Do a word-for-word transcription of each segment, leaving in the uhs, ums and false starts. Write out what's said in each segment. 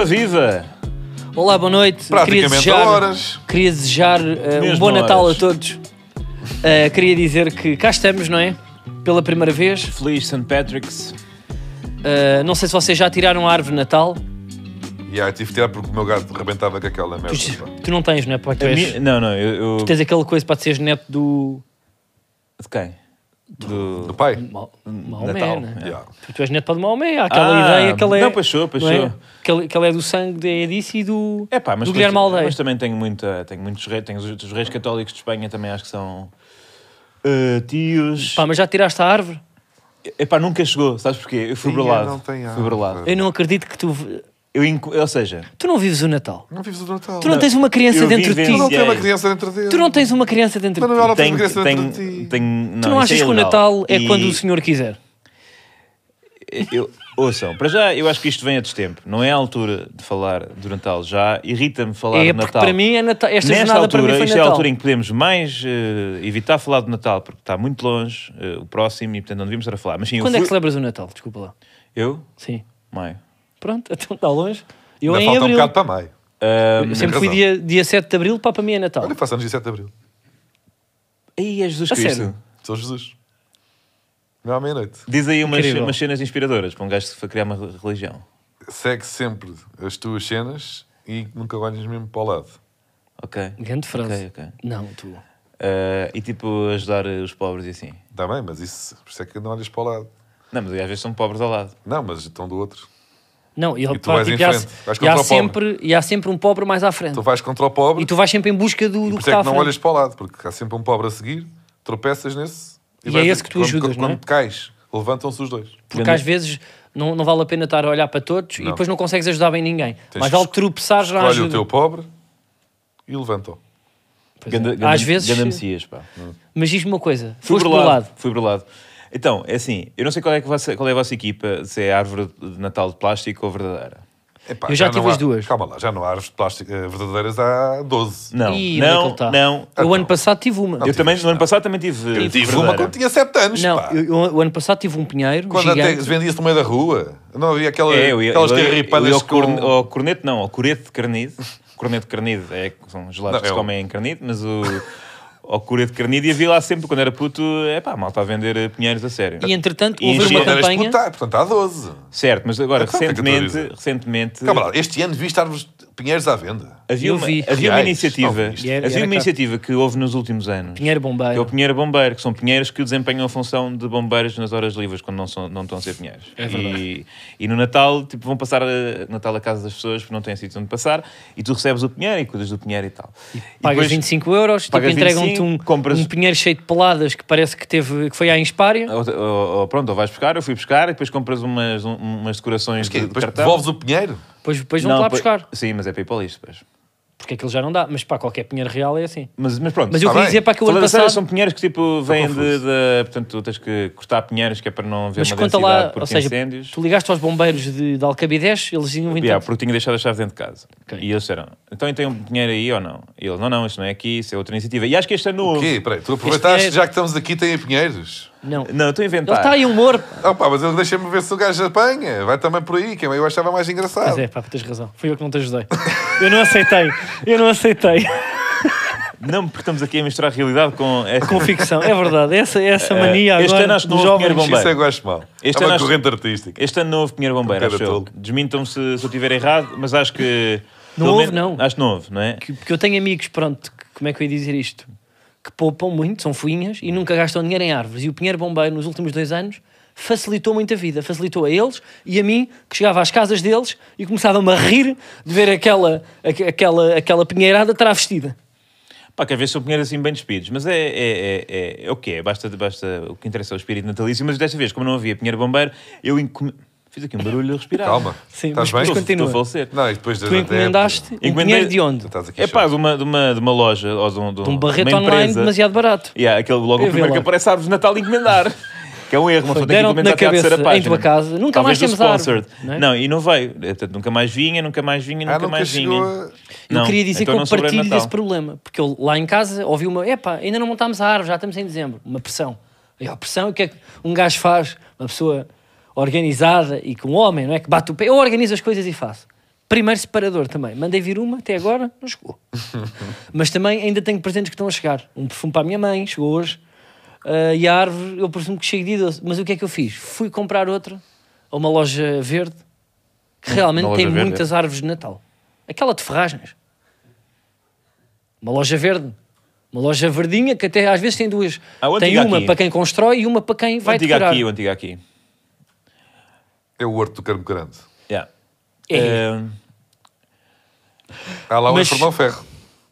Ora viva! Olá, boa noite. Praticamente queria desejar, horas. Queria desejar uh, um bom horas. Natal a todos. Uh, queria dizer que cá estamos, não é? Pela primeira vez. Feliz Saint Patrick's. Uh, não sei se vocês já tiraram a árvore de Natal. E aí tive de tirar porque o meu gato rebentava com aquela merda. Tu, pá. tu não tens, não é? Porque tu, A és, mi- Não, não, eu... eu... tu tens aquela coisa para te seres neto do... De quem? Do... Do pai? Ma- Maomé, Natal. né? é. Yeah. Tu, tu és neto para de Maomé. Há aquela Ah, ideia que ele é... não, passou, passou. não é? Que ele, que ele é do sangue de disso e do, É pá, mas, do Guilherme Aldeia. mas também tenho, muita, tenho muitos reis, tenho os, os reis católicos de Espanha também acho que são uh, tios. Pá, mas já tiraste a árvore? Epá, nunca chegou, sabes porquê? Eu fui Ih, brulado. não tem Fui árvore. brulado. Eu não acredito que tu... Eu, inco- ou seja, Tu não vives o Natal. Não vives o Natal. Tu não, tens uma criança eu dentro de ti. Tu não vivenciei. tens uma criança dentro dele. Tu não tens uma criança dentro de Manuel, ti. não tens tenho, uma criança tenho, dentro de ti. tenho, não, Tu não isso achas é que o ilegal. Natal é E- quando o senhor quiser? Eu, ouçam, para já eu acho que isto vem a destempo. Não é a altura de falar do Natal já. Irrita-me falar É do porque Natal. para mim é Natal. Esta Nesta jornada para mim altura, foi isto é a Natal. altura em que podemos mais uh, evitar falar do Natal, porque está muito longe uh, o próximo e portanto não devíamos estar a falar. Mas sim, eu Quando é fui... que celebras o Natal? Desculpa lá. Eu? Sim. Maio. Pronto, então está longe. Eu Ainda em falta um abril. bocado para maio. Uh, Eu sempre fui razão. dia, dia sete de abril, pá, para mim é Natal. Olha, faço anos dia sete de abril. Aí é Jesus A Cristo. sério? Sou Jesus. Não à meia-noite. Diz aí umas, Incrível. umas cenas inspiradoras para um gajo que foi criar uma religião. Segue sempre as tuas cenas e nunca olhes mesmo para o lado. Ok. Grande frase. Ok, ok. Não, tu. Uh, e tipo ajudar os pobres e assim. Está bem, mas isso, por isso é que não olhas para o lado. Não, mas às vezes são pobres ao lado. Não, mas estão do outro. Não, e, E tu pá, vais tipo, em e há, frente. Vais e contra há o pobre. sempre, e há sempre um pobre mais à frente. Tu vais contra o pobre E tu vais sempre em busca do, e do por que isso é está à que não frente. olhas para o lado, porque há sempre um pobre a seguir, tropeças nesse E vais é ver esse que tu quando, ajudas, quando, não é? quando cais, levantam-se os dois. Porque Grande- às vezes não, não vale a pena estar a olhar para todos e Não. depois não consegues ajudar bem ninguém. Tens Mas que vale es- tropeçar já Escolhe ajuda. o teu pobre e levanta-o. Pois é. Ganda, ganda, Às vezes... ganda Messias, pá. Mas diz-me uma coisa. Fui Foste burlado. burlado. Fui burlado. Então, é assim, eu não sei qual é, que vai ser- qual é a vossa equipa, se é a árvore de Natal de plástico ou verdadeira. Epá, Eu já não tive há- as duas. Calma lá, já não há árvores de plástico eh, verdadeiras há doze. Não, Ih, onde é que não, ele tá? não. Eu o ano Então. passado tive uma. Não Eu também, tiveste, no ano não. passado também tive. Eu tive verdadeira. uma quando tinha sete anos, Não, pá. eu, eu- o ano passado tive um pinheiro Quando até gigante. vendia-se no meio da rua. Não havia aquela, É, eu ia, aquelas eu ia- eu ia carripanas ao, com... corne, ao corneto, não, ao corete de carnido. Corneto de carnido é, que são gelados Não, que se é o- comem em carnido, mas o, ao corete de carnido e havia lá sempre, quando era puto, é pá, mal está a vender eh, pinheiros a sério. E entretanto E houve enchia- uma Quando eras campanha. puto, tá, portanto há doze. Certo, mas agora, Então, o que é que eu estou a recentemente, dizer? recentemente Calma lá, este ano viste árvores de pinheiros à venda. havia Eu uma, vi. havia uma Reais, iniciativa, não viste? E era- havia era uma cá. iniciativa que houve nos últimos anos. Pinheiro É o bombeiro. pinheiro bombeiro, que são pinheiros que desempenham a função de bombeiros nas horas livres, quando não, são, não estão a ser pinheiros. É verdade. E, e no Natal, tipo, vão passar a, Natal a casa das pessoas porque não têm sítio onde passar, e tu recebes o pinheiro e cuidas do pinheiro e tal. E Pagas depois- vinte e cinco euros, tipo, pagas entregam-te vinte e cinco, um, compras- um pinheiro cheio de peladas que parece que, teve, que foi à Inspária. Ou, ou- ou pronto, ou vais buscar, eu fui buscar, e depois compras umas, um- umas decorações Que, de, de depois cartão. devolves o pinheiro. Depois, depois vão-te Não, lá depois- buscar. Sim, mas é para ir para o lixo, depois. Porque aquilo já não dá. Mas pá, qualquer pinheiro real é assim. Mas, mas pronto. Mas eu Tá queria bem. dizer para que o ano Falando a sério, passado... são pinheiros que tipo vêm de, confuso. de- portanto, tu tens que cortar pinheiros que é para não haver Mas uma conta densidade lá, por ou seja, incêndios. tu ligaste aos bombeiros de, de Alcabidez, eles iam então... Yeah, porque tinha deixado a chave dentro de casa. Ok. E eles disseram, então tem um pinheiro aí ou não? E eles, não, não, isto não é aqui, isso é outra iniciativa. E acho que este ano O houve. quê? Peraí, tu aproveitaste, pinheiro- já que estamos aqui, tem pinheiros. Não. Não, estou a Ele inventar. está em humor. pá. Ah, pá, mas ele deixa-me ver se o gajo apanha. Vai também por aí, que eu achava mais engraçado. Mas é, pá, tens razão. Fui eu que não te ajudei. Eu não aceitei. Eu não aceitei. Não, porque estamos aqui a misturar a realidade com... essa- Com ficção. É verdade. Essa, essa Eh, mania este agora ano acho que dos não houve jovens... pinheiro bombeiro. Isso é que eu acho mal. Este é uma ano acho- corrente artística. Este ano não houve pinheiro bombeiro, Cada acho eu. tolo. Desmintam-me se, se eu estiver errado, mas acho que... Não pelo houve, menos- não. Acho que não houve, não é? Que- Porque eu tenho amigos, pronto, que- como é que eu ia dizer isto? Que poupam muito, são fuinhas e nunca gastam dinheiro em árvores. E o Pinheiro Bombeiro, nos últimos dois anos, facilitou muito a vida. Facilitou a eles e a mim, que chegava às casas deles e começava-me a rir de ver aquela, aqu- aquela, aquela pinheirada travestida. Pá, quer ver se são pinheiros assim bem despidos, mas é, é, é, é, é o que é, basta, basta, o que interessa é o espírito natalício, mas desta vez, como não havia pinheiro bombeiro, eu encome... fiz aqui um barulho a respirar. Calma. Sim, Estás mas bem? depois continua. Estou a falecer. Não, e depois Tu encomendaste um Encomendei- pinheiro de onde? Tu estás aqui É pá, chato. de uma, de uma, de uma loja ou de um, de De um barreto uma online empresa. demasiado barato. Yeah, aquele logo Eu o vi primeiro lá. que aparece árvores de Natal encomendar. Que é um erro, uma pessoa tem que Deram-te encomendar na até à terceira cabeça, em página. tua casa. Nunca Talvez mais do temos árvore, sponsored. não é? Não, e não veio. Portanto, nunca mais vinha, nunca mais vinha, Ah, nunca nunca mais chegou vinha. a... Eu Não, queria dizer então que não eu celebrei partilho Natal. desse problema. Porque eu lá em casa ouvi uma... Epá, ainda não montámos a árvore, já estamos em dezembro. Uma pressão. E a pressão, o que é que um gajo faz? Uma pessoa organizada e com um homem, não é? Que bate o pé. Eu organizo as coisas e faço. Primeiro separador também. Mandei vir uma, até agora não chegou. Mas também ainda tenho presentes que estão a chegar. Um perfume para a minha mãe, chegou hoje. Uh, e a árvore, eu presumo que chegue dia doze. Mas o que é que eu fiz? Fui comprar outra a uma loja verde que realmente loja tem verde, muitas é. árvores de Natal. Aquela de ferragens. Uma loja verde. Uma loja verdinha que até às vezes tem duas. Ah, o tem antigo uma aqui. para quem constrói e uma para quem O vai antigo decorar. aqui, o antigo aqui. É o Horto do Carmo Grande. Yeah. É. Eh, Há lá o Mas- Fernão Ferro.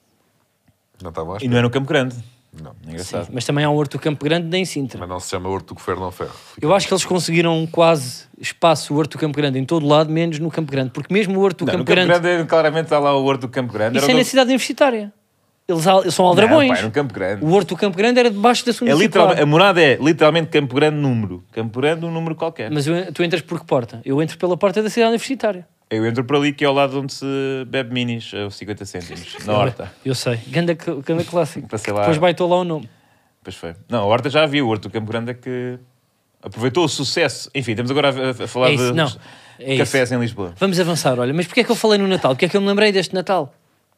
Não estavam à e espera. não é no Campo Grande. Não. Engraçado. Mas também há um Horto do Campo Grande em Sintra. Mas não se chama Horto do Fernão Ferro. Fica- Eu acho que eles conseguiram quase espaço o Horto do Campo Grande em todo lado, menos no Campo Grande. Porque mesmo o Horto do Não, Campo no Campo Grande... Grande, claramente está lá o Horto do Campo Grande. Isso Era é o na do- cidade universitária. Eles, eles são Não, aldrabões. pá, é no Campo Grande. O Horto do Campo Grande era debaixo da segunda É circular. literalmente, a morada é literalmente Campo Grande número. Campo Grande um número qualquer. Mas eu- tu entras por que porta? Eu entro pela porta da cidade universitária. Eu entro por ali que é ao lado onde se bebe minis a cinquenta cêntimos. Na horta. Eu sei. Ganda, ganda clássico. Passei lá. Depois baitou lá o nome. Pois foi. Não, a horta já havia. O Horto do Campo Grande é que aproveitou o sucesso. Enfim, estamos agora a, a falar É isso, de não. É cafés isso. em Lisboa. Vamos avançar, olha. Mas porquê é que eu falei no Natal? Porquê é que eu me lembrei deste Natal?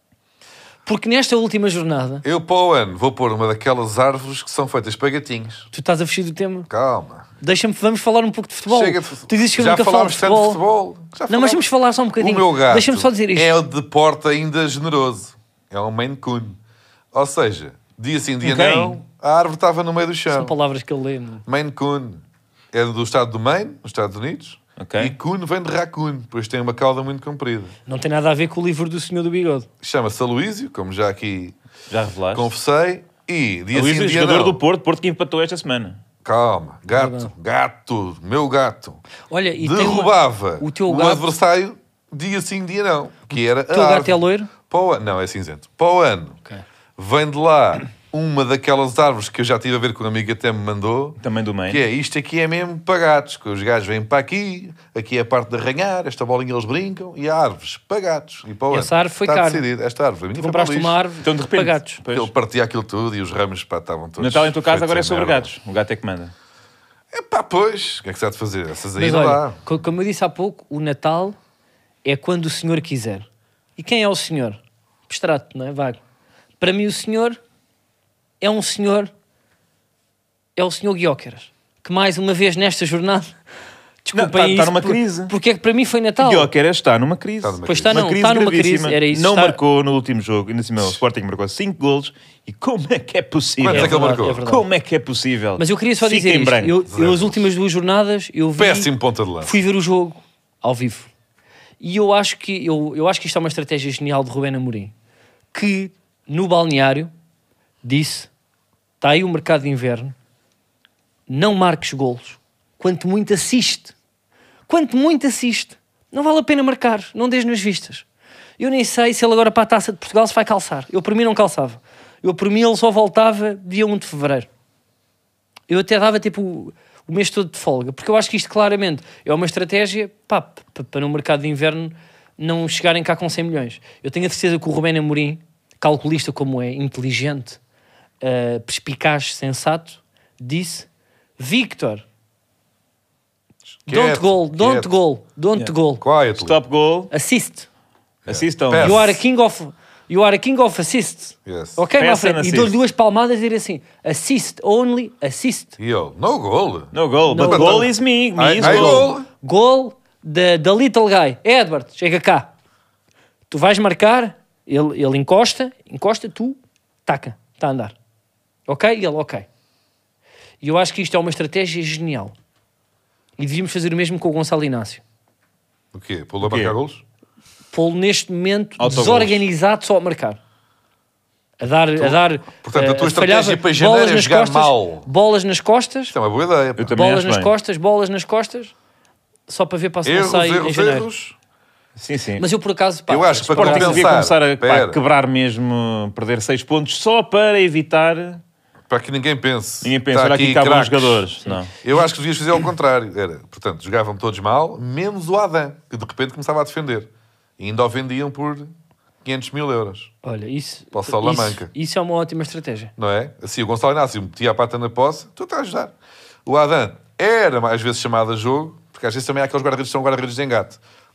Porque nesta última jornada, Eu, para o ano, vou pôr uma daquelas árvores que são feitas para gatinhos. tu estás a fugir do tema. Calma. Deixa-me, vamos falar um pouco de futebol. Chega de Tu dizes que eu Já nunca falo de falámos tanto de futebol. futebol. Já Não, mas falámos. vamos falar só um bocadinho. O meu gato Deixa-me só dizer isto. é o de porte ainda generoso. É um Maine Coon. Ou seja, dia sim, dia Um quem? não, a árvore estava no meio do São chão. palavras que ele lê. Não? Maine Coon é do estado do Maine, nos Estados Unidos. Ok. E Coon vem de raccoon, pois tem uma cauda muito comprida. não tem nada a ver com o livro do Senhor do Bigode. Chama-se Aloísio, como já aqui Já revelaste. confessei. E dia Luís, sim, dia jogador não. do Porto, Porto que empatou esta semana. Calma, gato, Verdade. gato, meu gato. Olha, e tem uma... Derrubava o teu o gato- adversário dia sim, dia não. Que era O teu a gato árvore. é loiro? Para o ano, não, é cinzento. Para o ano, Ok. vem de lá uma daquelas árvores que eu já estive a ver que um amigo até me mandou. Também do meio. Que é, isto aqui é mesmo para gatos, que os gajos vêm para aqui, aqui é a parte de arranhar, esta bolinha eles brincam, e há árvores para gatos. E para o Essa ano. árvore foi Está cara. decidido, esta árvore. a minha Tu foi compraste para o uma lixo. árvore Então, de repente, para gatos. pois, Ele partia aquilo tudo e os ramos pá, estavam o todos. Natal em tua casa feitos agora é em sobre merda. gatos. O gato é que manda. É pá, pois, o que é que se há de fazer? Essas aí Mas não olha, dá. co- como eu disse há pouco, o Natal é quando o Senhor quiser. E quem é o Senhor? Abstrato, não é? Vago. Para mim o Senhor é um Senhor, é o Senhor Guióqueras, que mais uma vez nesta jornada, Não, desculpem tá- tá isso, numa por- crise. porque é que para mim foi Natal. Guioquer está numa crise. Está numa Pois crise. está, não, está numa crise, gravíssima. era isso, Não está- marcou no último jogo. Ainda assim, o Sporting marcou cinco golos. E como é que é possível? Quantos é que ele verdade, marcou? é verdade. Como é que é possível? Mas eu queria só Fica dizer em isto. branco. Eu, eu Zero. as últimas duas jornadas eu vi, Péssimo ponta de lança. fui ver o jogo ao vivo. E eu acho que eu, eu acho que isto é uma estratégia genial de Rubén Amorim, que no balneário disse: está aí o mercado de inverno, não marques golos, quanto muito assiste. Quanto muito assiste. Não vale a pena marcar, não dês nas vistas. Eu nem sei se ele agora para a Taça de Portugal se vai calçar. Eu por mim não calçava. Eu por mim ele só voltava dia um de fevereiro. Eu até dava tipo o, o mês todo de folga, porque eu acho que isto claramente é uma estratégia pá, p- p- para no mercado de inverno não chegarem cá com cem milhões. Eu tenho a certeza que o Rubén Amorim, calculista como é, inteligente, uh, perspicaz, sensato, disse: Victor, don't Quieto, goal, don't quieto. goal, don't Yeah. goal, Quietly. Stop goal. assist. Assistam. Pass. You are a king of, you are a king of assist. Yes. Ok, meu Pass friend? and E assist. dou-lhe duas palmadas e dizer assim: assist, only assist. E ele, no goal. No goal. No But goal. goal is me. Me Ai, is ai, goal. goal. Goal da, da little guy. Edward, chega cá. Tu vais marcar, ele, ele encosta, encosta, tu, taca, está a andar. Ok? E ele, ok. E eu acho que isto é uma estratégia genial. E devíamos fazer o mesmo com o Gonçalo Inácio. O quê? Pô-lo a O quê? marcar golos? Pô-lo neste momento Autogolos. desorganizado só a marcar. A dar, a dar portanto, a eh, tua falhava, estratégia para janeiro bolas é nas jogar costas, mal. bolas nas costas, Isto é uma boa ideia. pá. Eu também bolas acho nas bem. costas, bolas nas costas, só para ver para se não Erros, sai em erros, janeiro. erros. Sim, sim. Mas eu por acaso, pá, Eu acho que para Sporting devia compensar, começar a pá, pera. quebrar mesmo, perder seis pontos só para evitar Para que ninguém pense. ninguém pensa, Está olha aqui que há bons craques. jogadores. Não. Eu acho que devias fazer ao contrário. Era, portanto, jogavam todos mal, menos o Adam, que de repente começava a defender. E ainda o vendiam por quinhentos mil euros. olha, isso, Para o Salamanca. isso, isso é uma ótima estratégia. Não é? Assim, o Gonçalo Inácio metia a pata na posse, tu estás a ajudar. O Adam era mais vezes chamado a jogo, porque às vezes também há aqueles guarda-redes que são guarda-redes de engate.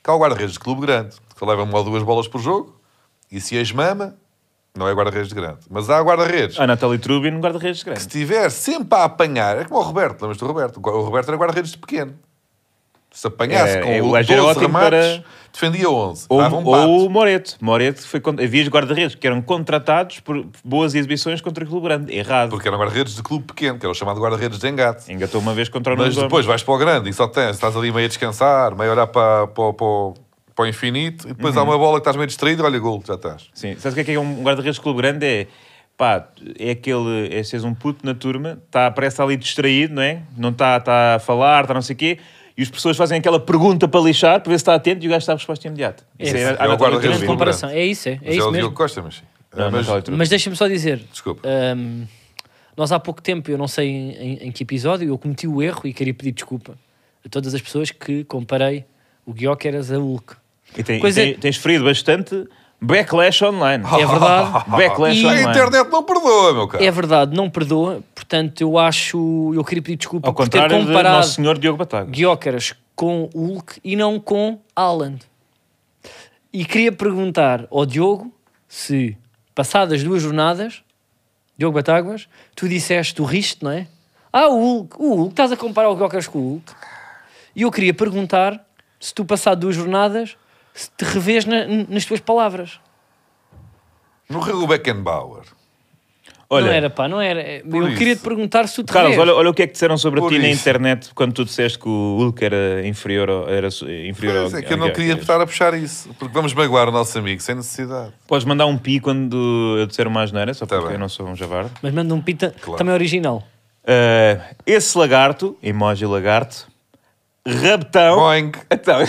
Que há o guarda-redes de clube grande, que leva uma ou duas bolas por jogo, e se esmama, não é guarda-redes de grande. Mas há guarda-redes. A Natalie Trubin, guarda-redes Que grande. se estiver sempre a apanhar, é como o Roberto, lembras-te do Roberto? O Roberto era guarda-redes de pequeno. Se apanhasse É, com é, o o gajo era doze ótimo remates, para- defendia onze. Ou, Dava um ou o bate. Moreto. Moreto foi, con- havia guarda-redes que eram contratados por boas exibições contra o clube grande. Errado. Porque eram guarda-redes de clube pequeno, que era o chamado guarda-redes de engate. Engatou uma vez contra o Mas Nuno depois Gomes. vais para o grande e só tens, estás ali meio a descansar, meio a olhar para, para, para, para o infinito, e depois há Uhum. uma bola que estás meio distraído, olha, gol, já estás. Sim. Sabes o que é que é um guarda-redes de clube grande? É, pá, é aquele... É seres um puto na turma, está, parece ali distraído, não é? Não está, está a falar, está não sei o quê, e as pessoas fazem aquela pergunta para lixar, para ver se está atento, e o gajo está a resposta imediata. Isso. a É o Natalie guarda-redes Trubin. Grande do comparação. É isso, é, é Mas isso é o mesmo. Diogo Costa, mas sim. Não, mas, Natalie Trubin. Mas deixa-me só dizer, desculpa. hum, nós há pouco tempo, eu não sei em, em- em que episódio, eu cometi o erro e queria pedir desculpa a todas as pessoas que comparei o Gyökeres a Hulk. E tem- Pois tem- é. tens ferido bastante backlash online. É verdade. Backlash E- A online. internet não perdoa, meu caro. É verdade, não perdoa. Portanto, eu acho, eu queria pedir desculpa Ao por ter contrário do comparado nosso senhor Diogo Bataga. Gyökeres com Hulk e não com Haaland. E queria perguntar ao Diogo se, passadas duas jornadas, Diogo Batáguas, tu disseste, tu riste, não é? Ah, o Hulk, o Hulk, estás a comparar o Gyökeres com o Hulk? E eu queria perguntar se tu, passado duas jornadas, se te revês na- nas tuas palavras. Morreu o Beckenbauer. Olha, Não era, pá, não era. Por Eu isso. queria te perguntar se tu te Carlos, revês. olha, olha o que é que disseram sobre Por ti na isso. internet quando tu disseste que o Hulk era inferior ao, era su- inferior Mas ao, é que eu ao não queria Gyökeres. estar a puxar isso, porque vamos magoar o nosso amigo, sem necessidade. Podes mandar um pi quando eu disser uma asneira, só Tá porque bem. eu não sou um javarde. Mas manda um pita Claro. também original. Uh, esse lagarto, emoji lagarto, rabetão... Boing. Então,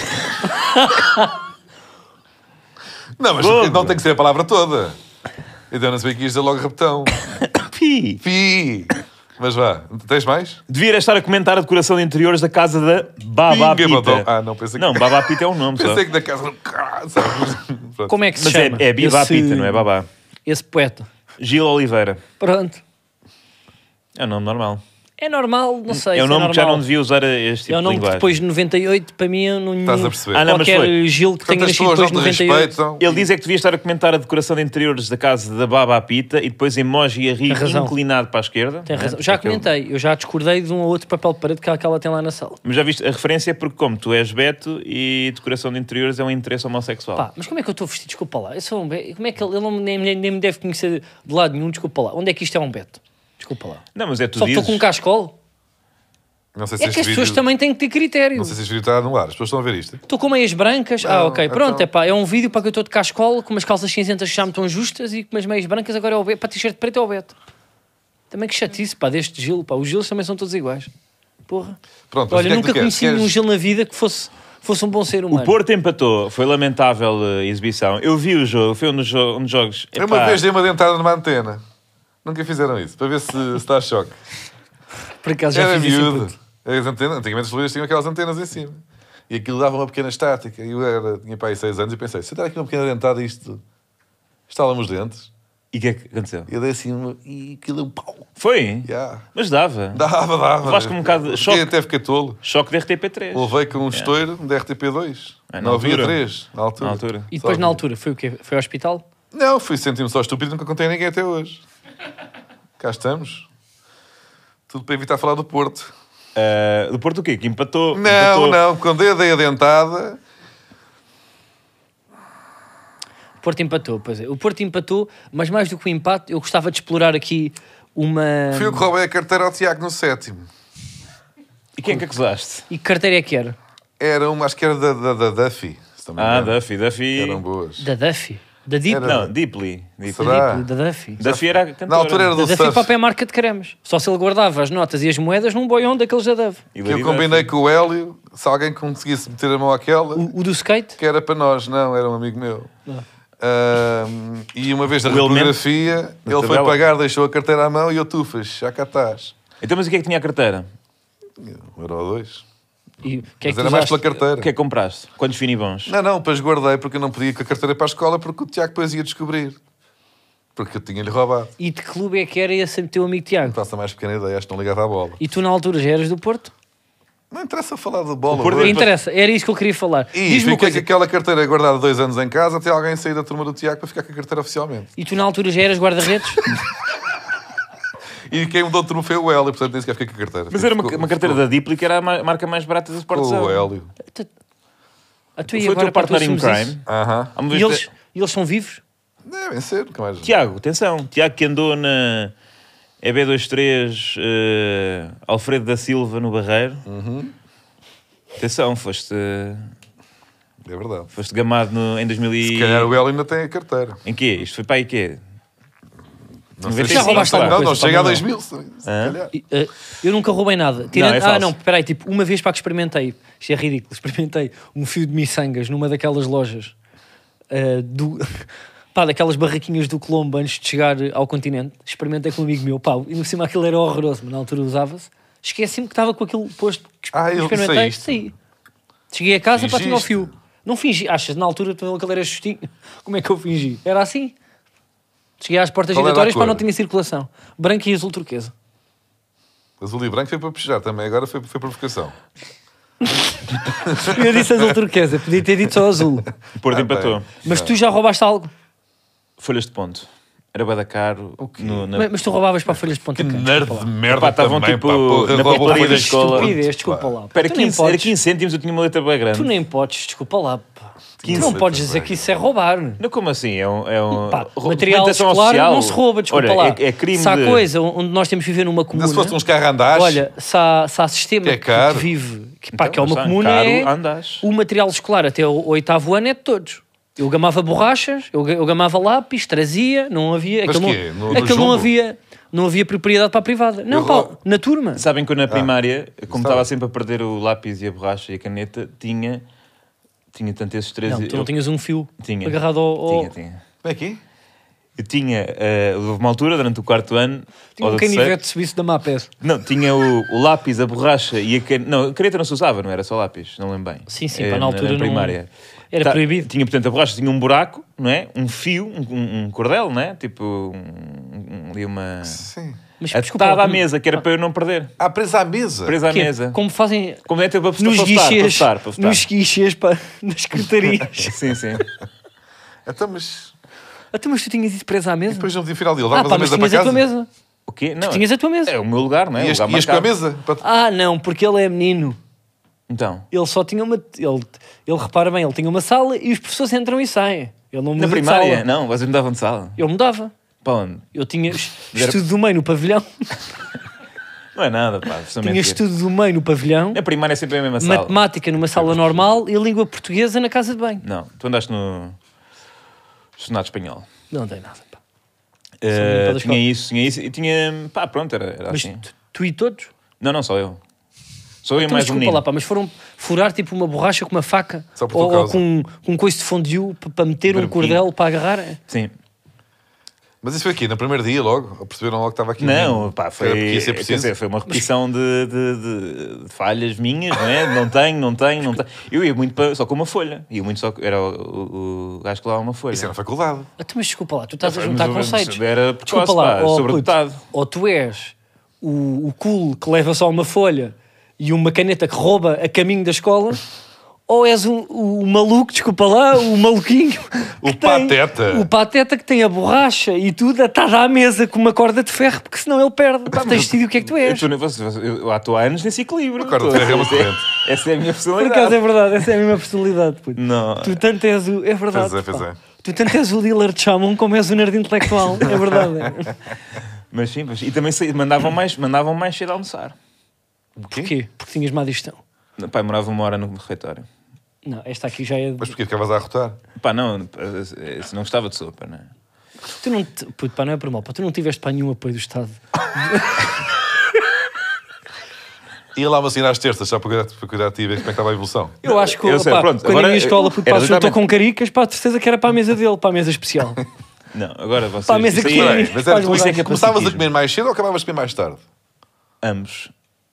Não, mas Fogo. não tem que ser a palavra toda. Então não sabia que ias dizer logo repetão. pi. Pi. Mas vá, tens mais? Devia estar a comentar a decoração de interiores da casa da Baba Pinga, Pita. botou- Ah, não, pensei que... Não, Baba Pita é um nome só. Pensei que da casa... Sabes? Pronto. Como é que se Mas chama? é, é Biba esse, Pita, não é Babá. Esse poeta. Gil Oliveira. Pronto. É um nome normal. É normal, não sei é um se nome é que já normal. não devia usar este tipo É um de nome que linguagem. depois de noventa e oito, para mim, eu não... Estás a perceber? Ah, não, mas qualquer foi. Gil que tenha Portanto, as nascido pessoas depois não de te noventa e oito. respeitam. Ele diz é que devia estar a comentar a decoração de interiores da casa da Baba Pita e depois emoji a rir Tem razão. inclinado para a esquerda. Tem não é? razão. Porque Já aquele- comentei, eu já discordei de um ou outro papel de parede que ela, que ela tem lá na sala. Mas já viste, a referência é porque como tu és Beto e decoração de interiores é um interesse homossexual. Pá, mas como é que eu estou vestido? Desculpa lá. Eu sou um Beto. Como é que ele, ele não, nem, nem- nem me deve conhecer de lado nenhum? Desculpa lá. Onde é que isto é um Beto? Desculpa lá. Não, mas é tu Só dizes... estou com um cascolo? Não sei se É que este as pessoas vídeo... também têm que ter critério. Não sei se este vídeo está no ar. As pessoas estão a ver isto. Estou com meias brancas. ah, Não, ok. Pronto, então- é pá. É um vídeo para que eu estou de cascola, com umas calças cinzentas que já me estão justas e com umas meias brancas. Agora é o Beto. Para t-shirt preto é o Beto. Também que chatice, pá, deste Gil. Pá. Os Gilos também são todos iguais. Porra. Pronto, mas o Olha, que é que nunca tu queres? conheci nenhum Queres- Gil na vida que fosse, fosse um bom ser humano. O Porto empatou, foi lamentável a exibição. Eu vi o jogo, foi um dos, jo- um dos jogos. Eu uma vez dei uma dentada numa antena. Nunca fizeram isso, para ver se, se está a choque. Por acaso já Era fiz isso. miúdo. As antenas, antigamente as televisões tinham aquelas antenas em cima. E aquilo dava uma pequena estática. E eu era, tinha para aí seis anos e pensei, se eu der aqui uma pequena dentada isto estala-me os dentes. E o que é que aconteceu? E eu dei assim uma... E aquilo é um pau. Foi? Yeah. Mas dava. Dava, dava. Levaste com um bocado de Fiquei choque. até fiquei tolo. Choque de R T P três. Levei com um estouro da R T P dois. Ah, na não havia altura. três. Na altura. Na altura. E depois Só na havia. altura foi o quê? Foi ao hospital? Não, fui sentir-me só estúpido, nunca contei a ninguém até hoje. Cá estamos. Tudo para evitar falar do Porto. Ah, do Porto o quê? Que empatou? Não, empatou. não, quando eu dei a dentada, O Porto empatou, pois é. O Porto empatou, mas mais do que o empate, eu gostava de explorar aqui uma... fui eu que roubei a carteira ao Tiago no sétimo. E quem é que acusaste? E que carteira é que era? Era uma, acho que era da, da, da Duffy. se não me Ah, engano. Duffy. Duffy... Eram boas. Da Duffy? Da Deep? Era- Não, Deeply. Deeply. Será? Da Duffy. Duffy era a cantora. Na altura era Da do Duffy surf. Pop é marca de cremes. Só se ele guardava as notas e as moedas num boião daqueles da Dove. E Que eu Lady combinei Duffy. com o Hélio, se alguém conseguisse meter a mão àquela, O, o do skate? que era para nós. Não, era um amigo meu. Ahm, e uma vez da O elemento reprografia, da ele foi tabela. pagar, deixou a carteira à mão e eu tufas, já cá estás. Então, mas o que é que tinha a carteira? Um euro ou dois. E o que é Mas que era tu mais usaste? pela carteira. O que é que compraste? Quantos finibons? Não, não, depois guardei porque eu não podia ir com a carteira para a escola porque o Tiago depois ia descobrir. Porque eu tinha-lhe roubado. E de que clube é que era esse teu amigo Tiago? Não faço a mais pequena ideia, acho que não ligava à bola. E tu na altura já eras do Porto? Não interessa falar de bola. O Porto hoje. Interessa, era isso que eu queria falar. E Diz-me uma fiquei com coisa. aquela carteira guardada dois anos em casa até alguém sair da turma do Tiago para ficar com a carteira oficialmente. E tu na altura já eras guarda-redes? E quem mudou de turma foi o Hélio, portanto nem sequer fiquei com a carteira. Mas era uma, Ficou- uma carteira ficou- da Dipli que era a ma- marca mais barata da Sport ficou o Zone. Hélio. A tu e Foi o agora teu para tu partner in assumes crime. isso? Aham. Há uma E vez eles, te- e eles são vivos? Devem ser, nunca mais. Tiago, atenção. Tiago que andou na E B vinte e três eh, Alfredo da Silva no Barreiro. Uhum. Atenção, foste, É verdade. foste gamado no, em dois mil e... Se calhar o Hélio ainda tem a carteira. Em quê? Isto foi para aí quê? Não noventa e sei Já se- roubaste não, alguma não, coisa, chega a pá, dois não. mil. Se se Hã? calhar. E, eh, eu nunca roubei nada. Tirando- Não, é ah, falso. não, peraí, tipo, uma vez para que experimentei, isto é ridículo, experimentei um fio de miçangas numa daquelas lojas eh, do, pá, daquelas barraquinhas do Colombo antes de chegar ao continente. Experimentei com um amigo meu, pá, e no cima aquilo era horroroso, mas na altura usava-se. Esqueci-me que estava com aquilo posto. Ah, ele experimentei, saíste. saí. Cheguei a casa, pá, tinha o Fingiste? fio. Não fingi, achas, na altura aquilo era justinho. Como é que eu fingi? Era assim. Cheguei às portas Qual era a giratórias, pá, cor? não tinha circulação. Branco e azul turquesa. Azul e branco foi para puxar também, agora foi, foi provocação. Eu disse azul turquesa, podia ter dito só azul. O Porto Ah, empatou. bem. Mas tu já roubaste algo? Folhas de ponto. Era bué da caro. No, na... Mas, mas tu roubavas para folhas de ponta Que quente, nerd desculpa de lá. merda Epá, estavam também, tipo pá, porra, na roubou papelaria da folhas de escola. Estupidez, desculpa pá. lá. pá. Era Tu nem quinze, era podes- quinze cêntimos, eu tinha uma letra bem grande. Tu nem podes, desculpa lá. Pá. Tu quinze não podes letras dizer bem. que isso é roubar. Não, como assim? É um, é um Pá, ro- material documentação escolar oficial. não se rouba, desculpa Olha, lá. É, é crime se há de... coisa onde nós temos que viver numa comuna... Ainda se fosse uns carrandares. Olha, se há, se há sistema Que é que, caro. que vive, que, pá, Então, que é uma mas, comuna, caro, é... andas. O material escolar até o oitavo ano é de todos. Eu gamava borrachas, eu, ga- eu gamava lápis, trazia, não havia... Mas aquilo quê? não, No- no aquilo não jumbo? havia... Não havia propriedade para a privada. Não, Eu pá, roubo. na turma. Sabem que eu na primária, como estava. estava sempre a perder o lápis e a borracha e a caneta, tinha... Tinha tanto esses três... Não, tu não eu- tinhas um fio Tinha. agarrado ao... ao- Tinha, tinha. Como é que é? Eu tinha... eh, houve uma altura, durante o quarto ano... Tinha ou um do terceiro- canivete suíço da Mapes. Não, tinha o, o lápis, a borracha e a caneta... Não, a caneta não se usava, não era só lápis, não lembro bem. Sim, sim, Eh, pá, na altura não- primária. Era Tá- proibido. Tinha, portanto, a borracha tinha um buraco, não é? Um fio, um, um- um cordel, não é? Tipo, um, um- ali uma... Sim. Mas, Atada lá, à como- mesa, que era para eu não perder. Ah, presa à mesa. Presa à que é, mesa. Como fazem Como é ter para nos para votar, para guichês, votar, para votar. nos guichês, pá, nas secretarias. Sim, sim. Então, mas Até mas tu tinhas isso preso à mesa? depois não me final dele. Ah, Levavas pá, a mas mesa tinhas para a tua casa. mesa. O quê? Não, Tu tinhas a tua mesa. é o meu lugar, não é? Ias, o lugar ias com a marcado. mesa. Para... Ah, não, porque ele é menino. Então, Ele só tinha uma... Ele, ele repara bem, ele tinha uma sala e os professores entram e saem. Ele não muda na de primária, sala. não, vocês mudavam de sala. Eu mudava. Para onde? Eu tinha es- Era- estudo do meio no pavilhão. Não é nada, pá. só Tinha mentir. estudo do meio no pavilhão. Na primária é sempre a mesma sala. Matemática numa sala normal e a língua portuguesa na casa de banho. Não, tu andaste no Senado Espanhol. Não tem nada, pá. Eh, muito da tinha escola. isso, tinha isso e tinha... Pá, pronto, era, era Mas assim. tu, tu e todos? Não, não, só eu. Só eu e Então, mais um desculpa menino. lá, pá, mas foram furar tipo uma borracha com uma faca Só por ou, tua ou causa. com, com um coice de fondue para, para meter um Branquinho. cordel para agarrar? Sim. Mas isso foi aqui, no primeiro dia logo? Ou perceberam logo que estava aqui? um Não, menino? pá, Que foi, era porque ia ser quer preciso. dizer, foi uma repetição de, de- de- de falhas minhas, não é? Não tenho, não tenho, não tenho. Eu ia muito para, só com uma folha. Ia muito só, era o, o, o gajo que lá uma folha. Isso era na faculdade. Então, mas desculpa lá, tu estás a Mas- juntar mas- conceitos. Era precoce, Desculpa lá, pá, ó, sobredotado. puto, ou tu és o, o cool que leva só uma folha e uma caneta que rouba a caminho da escola, ou és o, o maluco, desculpa lá, o maluquinho. O que tem- pateta. O pateta que tem a borracha e tudo atado à mesa com uma corda de ferro, porque senão ele perde. Tu tens decidido o que é que tu és. Eu, estou- eu, eu, eu estou há anos nesse equilíbrio. Uma corda de Estou- ferro é uma essa, corrente. essa é a minha Por personalidade. acaso é verdade, essa é a mesma personalidade. Puto. Não. Tu tanto és o. É verdade. Pois é, pois pá. é. Tu tanto és o dealer de chamon como és o nerd intelectual. É verdade. Mas sim, mas, e também saí- mandavam mais, mandavam mais cedo a almoçar. Porquê? Porque tinhas má digestão. Pá, morava uma hora no refeitório. Não, esta aqui já é. Mas porquê ficavas a arrotar? Pá, não, eh, se não gostava de sopa, não é? Tu não. Te... Puto, pá, não é por mal. Pá, tu não tiveste para nenhum apoio do Estado. Ia lá vacinar às terças, só para cuidar, para cuidar de ti e ver como é que estava a evolução. Eu acho que. Eu sei, pá, pronto, quando agora, a minha escola, puto, era pá, se juntou exatamente- com caricas, pá, de certeza que era para a mesa dele, para a mesa especial. Não, agora vocês... Pá, mas isso aqui- aí é- Bem, mas era, Faz tu, isso é que lugar. começavas a Pacificismo. comer mais cedo ou acabavas de comer mais tarde? Ambos.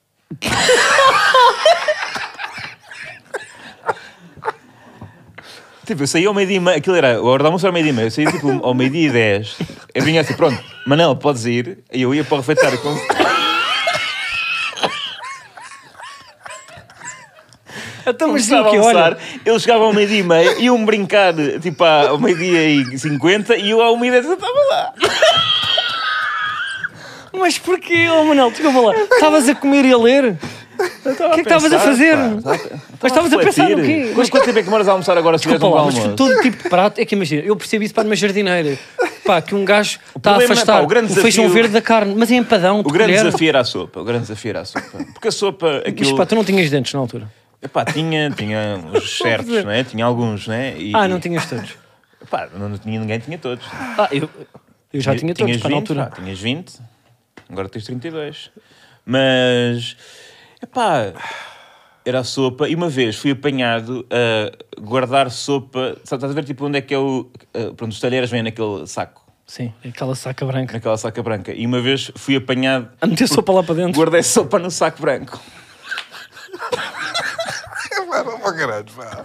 Tipo, eu saía ao meio-dia e meio, aquilo era, a hora do almoço era ao meio-dia e meio, eu saía tipo ao meio-dia e dez, eu vinha assim, pronto, Manel, podes ir, e eu ia para o refeitório com... Então, mas começava a sim, o quê? almoçar, Olha. eles chegavam ao meio-dia e meia, iam brincar tipo ao meio-dia e cinquenta e eu ao meio-dia estava lá. Mas porquê, oh Manel? Desculpa lá. Estavas a comer e a ler? O que é que estavas a fazer? Mas estavas a pensar no quê? Mas quanto tempo é que demoras a almoçar agora se tiveres um Desculpa bom lá, mas almoço? todo tipo de prato... É que imagina, eu percebo isso para numa jardineira. Pá, que um gajo está a problema é, afastar pá, o grande o feijão desafio- verde da carne. Mas é empadão, de O grande colher. desafio era a sopa. O grande desafio era a sopa. Porque a sopa... Mas Aquilo... pá, tu não tinhas dentes na altura. Epá, tinha, tinha os certos, não é? Tinha alguns, não é? E, Ah, não tinhas todos. Epá, não, não tinha ninguém, tinha todos. Ah, eu, eu já tinha todos, Tinhas pá, na vinte, altura. pá, tinhas vinte, agora tens trinta e dois. Mas, epá, era a sopa. E uma vez fui apanhado a guardar sopa. Sabe, estás a ver tipo onde é que é o... Uh, pronto, os talheres vêm naquele saco. Sim, aquela saca branca. Naquela saca branca. E uma vez fui apanhado... A meter sopa lá para dentro. Guardei sopa no saco branco. Pá, não para caralho, pá.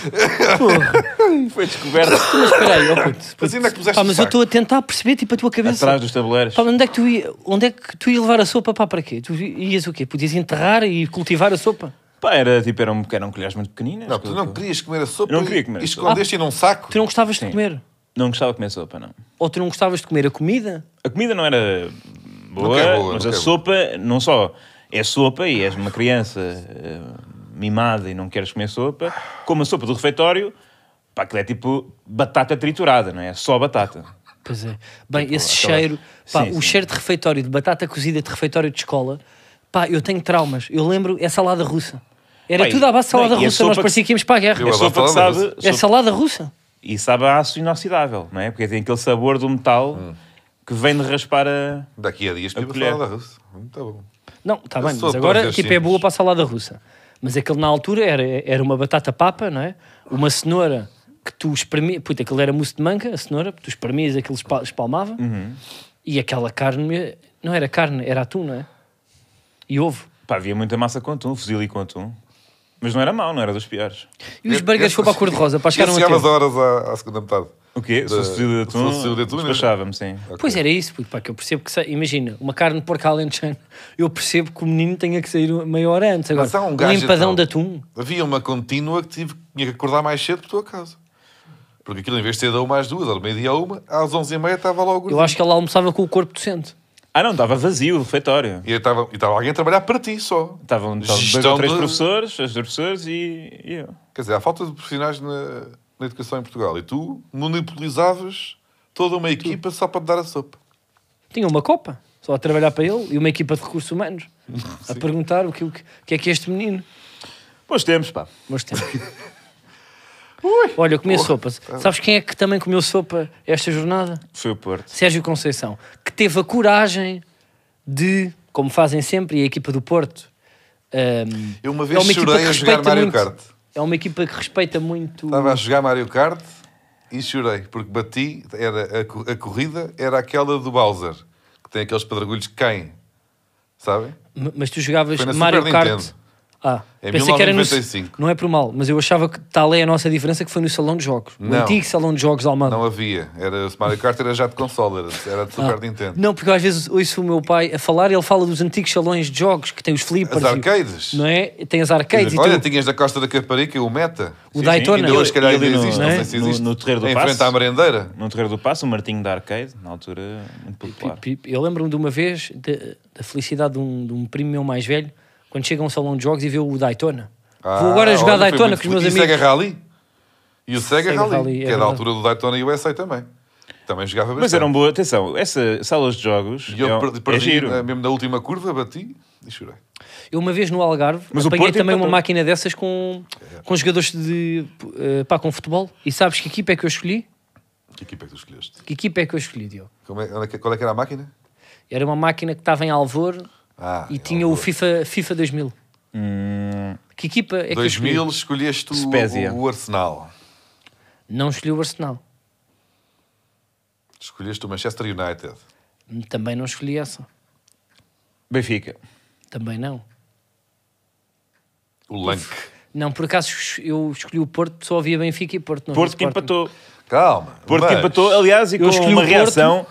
Foi descoberto Mas espera aí, ó puto. Mas ainda é que puseste Pá, no mas eu saco? estou a tentar perceber tipo a tua cabeça. atrás dos tabuleiros. Pá, onde é que tu ia, onde é que tu ia levar a sopa pá, para quê? Tu ias o quê? Podias enterrar e cultivar a sopa? Pá, era tipo, eram, eram colheres muito pequeninas. Não, tu não querias comer a sopa Eu não queria comer e a sopa. escondeste num saco? Tu não gostavas de Sim. comer? Não gostava de comer sopa, não. Ou tu não gostavas de comer a comida? A comida não era boa, Nunca é boa, mas nunca a é sopa, não só é sopa e és uma criança eh, mimada e não queres comer sopa, como a sopa do refeitório, pá, aquilo é tipo batata triturada, não é? Só batata. Pois é. Bem, Tipo, esse aquela- cheiro, pá, Sim, o sim. cheiro de refeitório, de batata cozida de refeitório de escola, pá, eu tenho traumas. Eu lembro, é salada russa. Era Bem, tudo à base de salada não, e a russa, nós sopa parecia que íamos para a guerra. Eu É adoro sopa que salada sabe... russa. É sopa- salada russa. E sabe a aço inoxidável, não é? Porque tem aquele sabor do metal Hum. que vem de raspar a... Daqui a dias A tive a colher. salada russa. Muito bom. Não, está Eu bem, sou mas agora para tipo, ver é boa simples. para a salada russa. Mas aquele na altura era, era uma batata papa, não é? Uma cenoura que tu espremias, puta, aquilo era mousse de manca, a cenoura, tu espremias, aquilo espa- espalmava, Uhum. e aquela carne, não era carne, era atum, não é? E ovo. Pá, havia muita massa com atum, fuzil e com atum. Mas não era mau, não era dos piores. E os Esse- burgers esse- foi para a cor-de-rosa, para chegar esse a chegava as tempo. horas à, à segunda metade. O quê? Se fosse Da- fuzil de se fosse atum, fuzil de atum, despachava-me, sim. Pois era isso, puto, pá, que eu percebo que, sa- imagina, uma carne de porco alentejano, eu percebo que o menino tenha que sair meia hora antes. Agora, Mas há um um gajo, empadão então. de atum, Havia uma contínua que tive, tinha que acordar mais cedo por tua casa. Porque aquilo, em vez de ser da uma às duas, ou do meio-dia a uma, às onze e meia estava logo. eu acho que ele almoçava com o corpo docente. Ah, não, estava vazio o refeitório. E estava e estava alguém a trabalhar para ti só. Estavam estavam dois Gestão ou três de- professores, as duas professores e, e eu. Quer dizer, há falta de profissionais na, na educação em Portugal. E tu monopolizavas toda uma equipa só para te dar a sopa. Tinha uma copa, só a trabalhar para ele, e uma equipa de recursos humanos, a perguntar o que, o que, o que é que é este menino. Pois temos, pá. Mas tem. Olha, eu comi sopa. Sabes quem é que também comeu sopa esta jornada? Foi o Porto. Sérgio Conceição, que teve a coragem de, como fazem sempre, e a equipa do Porto. hum, Eu uma é vez uma equipa chorei que a jogar respeita Mario muito- Kart. É uma equipa que respeita muito. Estava a jogar Mario Kart e chorei, porque bati, era, a, co- a corrida era aquela do Bowser, que tem aqueles pedregulhos que caem, sabem? M- Mas tu jogavas Foi na Mario Super Kart. Nintendo. Ah, Em pensei que era no. mil novecentos e noventa e cinco. Não é por mal, mas eu achava que tal é a nossa diferença que foi no salão de jogos. O Não. antigo salão de jogos de Almada. Não havia. Era, o Mario Kart era já de console, era, era de Super Ah, Nintendo. Não, porque eu às vezes ouço o meu pai a falar e ele fala dos antigos salões de jogos que tem os flippers. As e- arcades. Não é? Tem as arcades e Olha, tu- tinhas da Costa da Caparica o Meta. o Sim, Daytona. Ainda hoje, se calhar, E ainda ali no- existe, não não é? sei se No- existe. no Terreiro do Em Paço. frente à merendeira. No Terreiro do Passo, o Martinho da Arcade, na altura, muito popular. Pi- pi- Eu lembro-me de uma vez de- da felicidade de um, de um primo meu mais velho quando chega a um salão de jogos e vê o Daytona. Vou agora Ah, jogar olha, foi Daytona muito com os meus feliz. amigos. E Sega Rally. E o Sega, Sega Rally, Rally, é que é, verdade. da altura do Daytona e U S A também. Também jogava bastante. Mas eram boas, atenção, essas salas de jogos E eu é, perdi, é perdi, giro. eh, mesmo na última curva, bati e chorei. Eu uma vez no Algarve Mas o apanhei Porto também uma empatou. máquina dessas com, com jogadores de eh, pá, com futebol. E sabes que equipa é que eu escolhi? Que equipa é que tu escolheste? Que equipa é que eu escolhi, Diogo? Como é, onde é que- qual é que era a máquina? Era uma máquina que estava em Alvor Ah, e é tinha o o FIFA, FIFA dois mil. Hum, Que equipa é que eu dois escolhi? mil escolheste o, Spezia. o Arsenal. Não escolhi o Arsenal. Escolheste o Manchester United. Também não escolhi essa. Benfica. Também não. O Lank. Não, por acaso eu escolhi o Porto, só havia Benfica e Porto. Não Porto havia que Sporting. empatou. Calma. Porto que mas empatou, aliás, e Eu com escolhi uma o Porto. reação,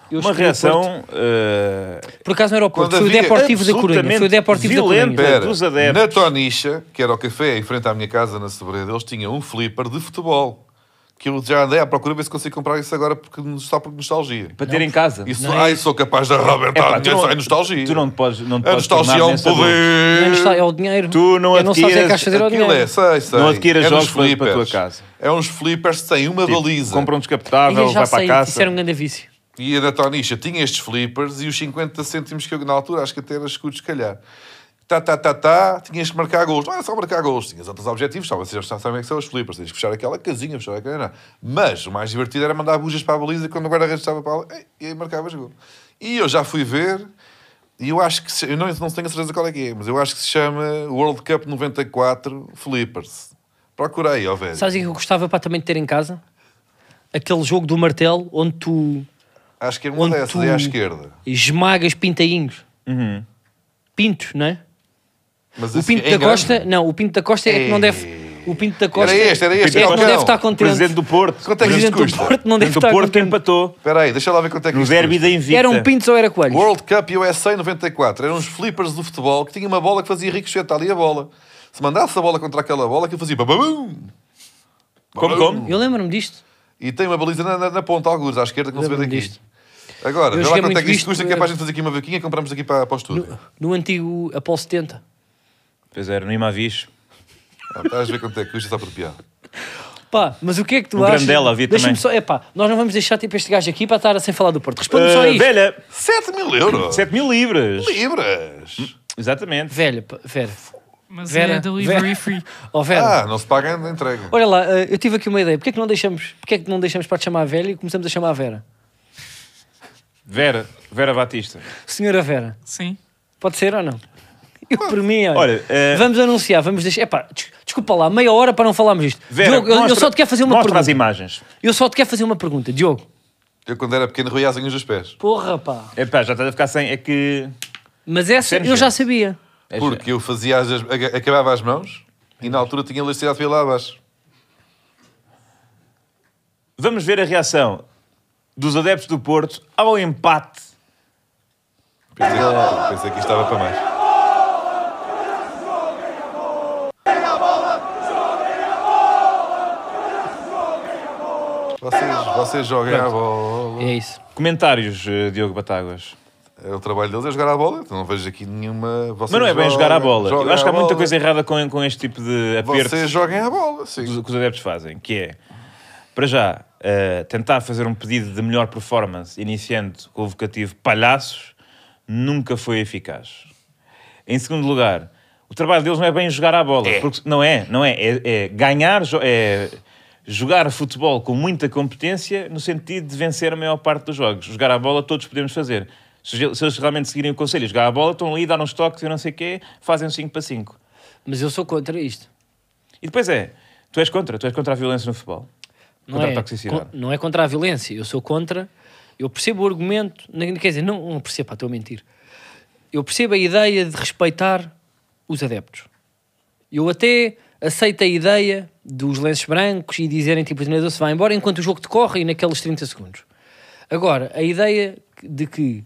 Eu Uma escolhi o reação Porto. uh, Por acaso não era o Porto, Quando foi o havia Deportivo da Corunha. absolutamente Foi o Deportivo da violenta. Corunha. Espera, dos adeptos. na Tonicha, que era o café em frente à minha casa na Sobreira, eles tinham um flipper de futebol. Que eu já andei à procura ver se consigo comprar isso agora porque, só por nostalgia. para ter em casa. Isso, Não é ai, isso. sou capaz de Epá, arrebentar tu dinheiro não- só em nostalgia. Tu não te podes, não te A podes nostalgia é tornar um nessa dor. Não poder. está, é o dinheiro. Tu não Eu não sei o que é que adquiras has de fazer ao Aquilo dinheiro. é, sei, sei. Não adquiras é jogos nos para- para a tua flippers. casa. É uns flippers que têm uma Tipo, baliza. compra um Aí descapotável, eu já vai para a sei, caça. isso era um grande vício. E a da Tonicha tinha estes flippers e os cinquenta cêntimos que eu, na altura, acho que até era escudos, se calhar. Tá, tá, tá, tá, tinhas que marcar gols. Não era só marcar gols, tinhas outros objetivos. Só vocês já sabem o que são os flippers. Tens que fechar aquela casinha, fechar aquela... Não. Mas o mais divertido era mandar bujas para a baliza quando o guarda-redes estava para lá. E aí marcavas gol. E eu já fui ver, e eu acho que... Se, eu não, não tenho a certeza qual é que é, mas eu acho que se chama World Cup noventa e quatro Flippers. Procura aí, ó velho. Sabes o que eu gostava para também ter em casa? Aquele jogo do martelo onde tu Acho que é uma onde dessas, tu- é à esquerda. esmagas pintainhos. Uhum. Pintos, não é? Mas O assim, Pinto é da grande. Costa, não, o Pinto da Costa é que não deve. O Pinto da Costa Era este, era este, é que era não o deve cão. estar contente. Presidente do Porto. Quanto é O que isto presidente do custa? Porto não deve Presidente do estar Porto que contente. empatou Espera aí, deixa lá ver quanto é que no isto derby custa. da Invicta. Eram pintos ou era coelhos? World Cup U S A noventa e quatro. Eram uns flippers do futebol que tinha uma bola que fazia ricochete ali a bola. Se mandasse a bola contra aquela bola, aquilo fazia bababum. Como, Bababum. como? Eu lembro-me disto. E tem uma baliza na, na, na ponta, alguns, à esquerda, que não se vê Lembro-me daqui. disto. Agora, Eu vê lá joguei quanto é muito que isto isto, custa, que é eh, para a gente fazer aqui uma vaquinha e compramos aqui para, para o estúdio. No antigo Apolo setenta. Pois era, no Imavis. Ah, estás a ver quanto é que custa só por piada. Pá, mas o que é que tu O achas? Grandela havia Deixa-me também. só, é pá, nós não vamos deixar tipo este gajo aqui para estar sem falar do Porto. Responde só Uh, isto. velha, sete mil euros! sete mil libras. libras! Exatamente. Velha, pá, Vera. Mas Vera, é delivery Vera. free. Oh, Vera. Ah, não se paga a entrega. Olha lá, eh, eu tive aqui uma ideia. Porquê é que não deixamos, porquê é que não deixamos para te chamar a velha e começamos a chamar a Vera? Vera, Vera Batista. Senhora Vera. Sim. Pode ser ou não? Eu, por mim, olha, Olha, eh, vamos anunciar, vamos deixar. Epá, des- desculpa lá, meia hora para não falarmos isto. Vera, Diogo, eu, eu mostra- só te quero fazer uma mostra as pergunta. imagens. Eu só te quero fazer uma pergunta, Diogo. Eu, quando era pequeno, roía as unhas dos pés. Porra, pá. Epá, já estás a ficar sem. É que. Mas essa Sério, eu já gente? sabia. é- Porque eu fazia as, aga- acabava as mãos e na altura tinha elasticidade para ir lá abaixo. Vamos ver a reação dos adeptos do Porto ao empate. Pensei, pensei que isto estava para mais. Vocês, vocês joguem a bola. É isso. Comentários, eh, Diogo Batáguas. É o trabalho deles é jogar a bola. Então não vejo aqui nenhuma. Vocês Mas não é bem jogar a bola. joguem Eu acho que há a muita bola. coisa errada com, com este tipo de apertos Vocês joguem a bola, que sim. os, que os adeptos fazem, que é, para já, eh, tentar fazer um pedido de melhor performance, iniciando com o vocativo palhaços, nunca foi eficaz. Em segundo lugar, o trabalho deles não é bem jogar a bola. É. Porque, não é, não é. É, é ganhar, jo- é jogar futebol com muita competência no sentido de vencer a maior parte dos jogos. Jogar a bola todos podemos fazer. Se, se eles realmente seguirem o conselho, jogar a bola, estão ali, dar uns toques e não sei o quê, fazem um cinco para cinco. Mas eu sou contra isto. E depois é, tu és contra, tu és contra a violência no futebol. Não Contra é, a toxicidade. con- não é contra a violência. Eu sou contra. Eu percebo o argumento. nem- Quer dizer, não, não percebo, pá, estou a mentir. Eu percebo a ideia de respeitar os adeptos. Eu até aceito a ideia dos lenços brancos e dizerem tipo o treinador se vai embora enquanto o jogo decorre e naqueles trinta segundos. Agora, a ideia de que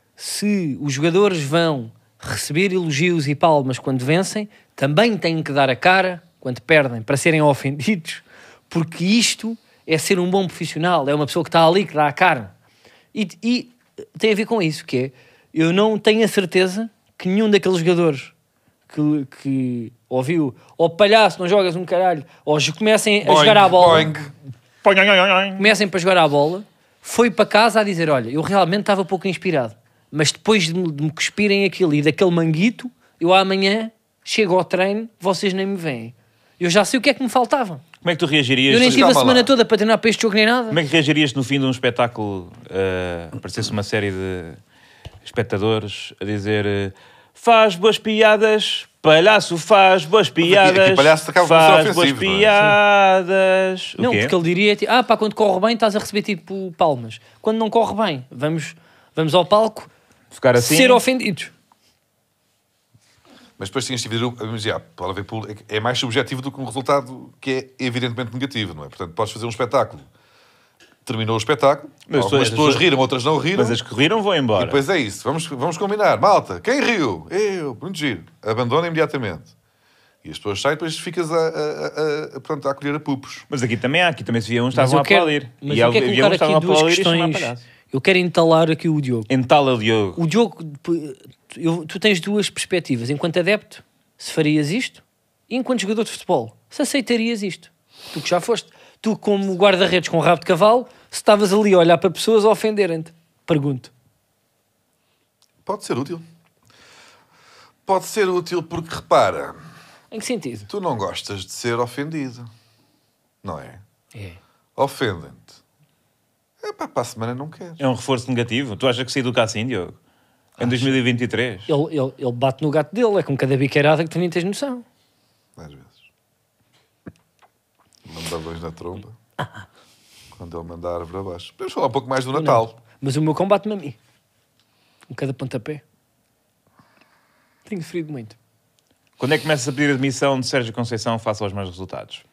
se os jogadores vão receber elogios e palmas quando vencem, também têm que dar a cara quando perdem, para serem ofendidos, porque isto é ser um bom profissional, é uma pessoa que está ali, que dá a cara. E, e tem a ver com isso, que é, eu não tenho a certeza que nenhum daqueles jogadores que, que ouviu, ou palhaço, não jogas um caralho, ou jo- comecem a Boing, jogar à bola, boing. comecem para jogar à bola, foi para casa a dizer, olha, eu realmente estava pouco inspirado, mas depois de me, de me cuspirem aquilo e daquele manguito, eu amanhã chego ao treino, vocês nem me veem. Eu já sei o que é que me faltava. Como é que tu reagirias? Eu nem tive a calma semana lá. toda para treinar para este jogo nem nada. Como é que reagirias no fim de um espetáculo, uh, aparecesse uma série de espectadores a dizer uh, faz boas piadas, palhaço faz boas piadas, aqui palhaço acaba por ser faz boas ofensivo, não é? piadas. O Não, quê? porque ele diria, tipo, ah pá, quando corre bem estás a receber tipo palmas. Quando não corre bem, vamos, vamos ao palco Ficar assim, ser ofendidos. Mas depois tinhas de ver, o- mas já, pode haver público, é mais subjetivo do que um resultado que é evidentemente negativo, não é? Portanto, podes fazer um espetáculo terminou o espetáculo. Mas Algumas as pessoas pessoas- riram, outras não riram. Mas as que riram vão E embora. depois é isso. Vamos, vamos combinar. Malta, quem riu? Eu. Muito giro. Abandona imediatamente. E as pessoas saem e depois ficas a, a, a, a, portanto, a acolher a pupos. Mas aqui também há, aqui também se via uns Mas estavam a eu quero, aplaudir. mas E eu havia quero uns colocar estavam a aqui duas aplaudir e chamar questões. palhaço. Eu quero entalar aqui o Diogo. Entala o Diogo. O Diogo, eu- tu tens duas perspectivas. Enquanto adepto, se farias isto, e enquanto jogador de futebol, se aceitarias isto. Tu que já foste, tu como guarda-redes com rabo de cavalo, se estavas ali a olhar para pessoas a ofenderem-te. Pergunto. Pode ser útil. Pode ser útil porque, repara, Em que sentido? tu não gostas de ser ofendido. Não é? É. Ofendem-te. É pá, para a semana não queres. É um reforço negativo. Tu achas que se educa assim, Diogo? Em dois mil e vinte e três? Ele, ele, ele bate no gato dele, é com cada biqueirada que tu nem tens noção. Às vezes. Mandadores na tromba. Quando ele manda a árvore abaixo. Podemos falar um pouco mais do Natal. Mas o meu cão bate-me a mim. Com cada pontapé. Tenho ferido muito. Quando é que começas a pedir a demissão de Sérgio Conceição face aos maus resultados?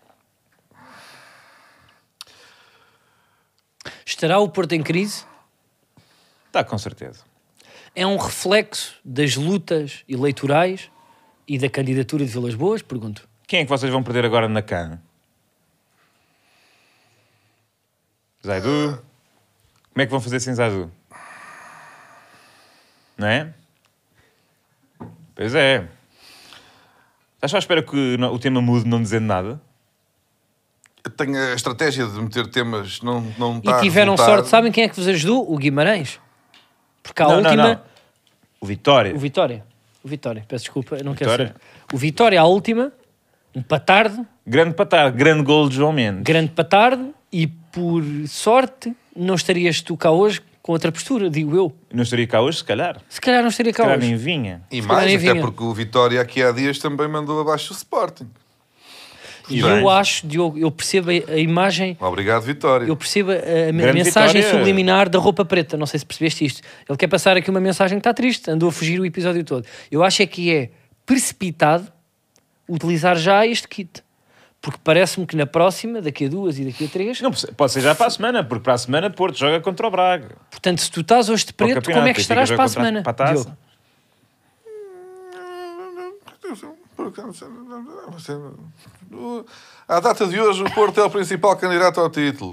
Estará o Porto em crise? Está, com certeza. É um reflexo das lutas eleitorais e da candidatura de Vilas Boas? Pergunto. Quem é que vocês vão perder agora na CAN? Zaidu? Como é que vão fazer sem Zaidu? Não é? Pois é. Estás só à espera que o tema mude não dizendo nada? Eu tenho a estratégia de meter temas não, não E está a tiveram resultar. sorte, sabem quem é que vos ajudou? O Guimarães. Porque a Não, não, última... não. O Vitória. O Vitória. O Vitória, peço desculpa, eu não Vitória. quero ser. O Vitória, a última, um patarde, Grande patar, grande gol de João Mendes. grande patarde, e por sorte não estarias tu cá hoje com outra postura, digo eu. Não estaria cá hoje, se calhar. Se calhar não estaria Se cá calhar hoje. nem vinha. E Se mais, calhar nem até vinha. porque o Vitória aqui há dias também mandou abaixo o Sporting. E bem. eu acho, Diogo, eu percebo a, a imagem, Obrigado, Vitória. eu percebo a, a Grande mensagem vitória. subliminar da roupa preta. Não sei se percebeste isto. Ele quer passar aqui uma mensagem que está triste, andou a fugir o episódio todo. Eu acho é que é precipitado utilizar já este kit. Porque parece-me que na próxima, daqui a duas e daqui a três, Não, pode ser já para a semana, porque para a semana Porto joga contra o Braga. portanto, se tu estás hoje de Para o preto, campeonato, como é que e estarás fica para a jogo semana? contra a taça. Diogo. À data de hoje, o Porto é o principal candidato ao título.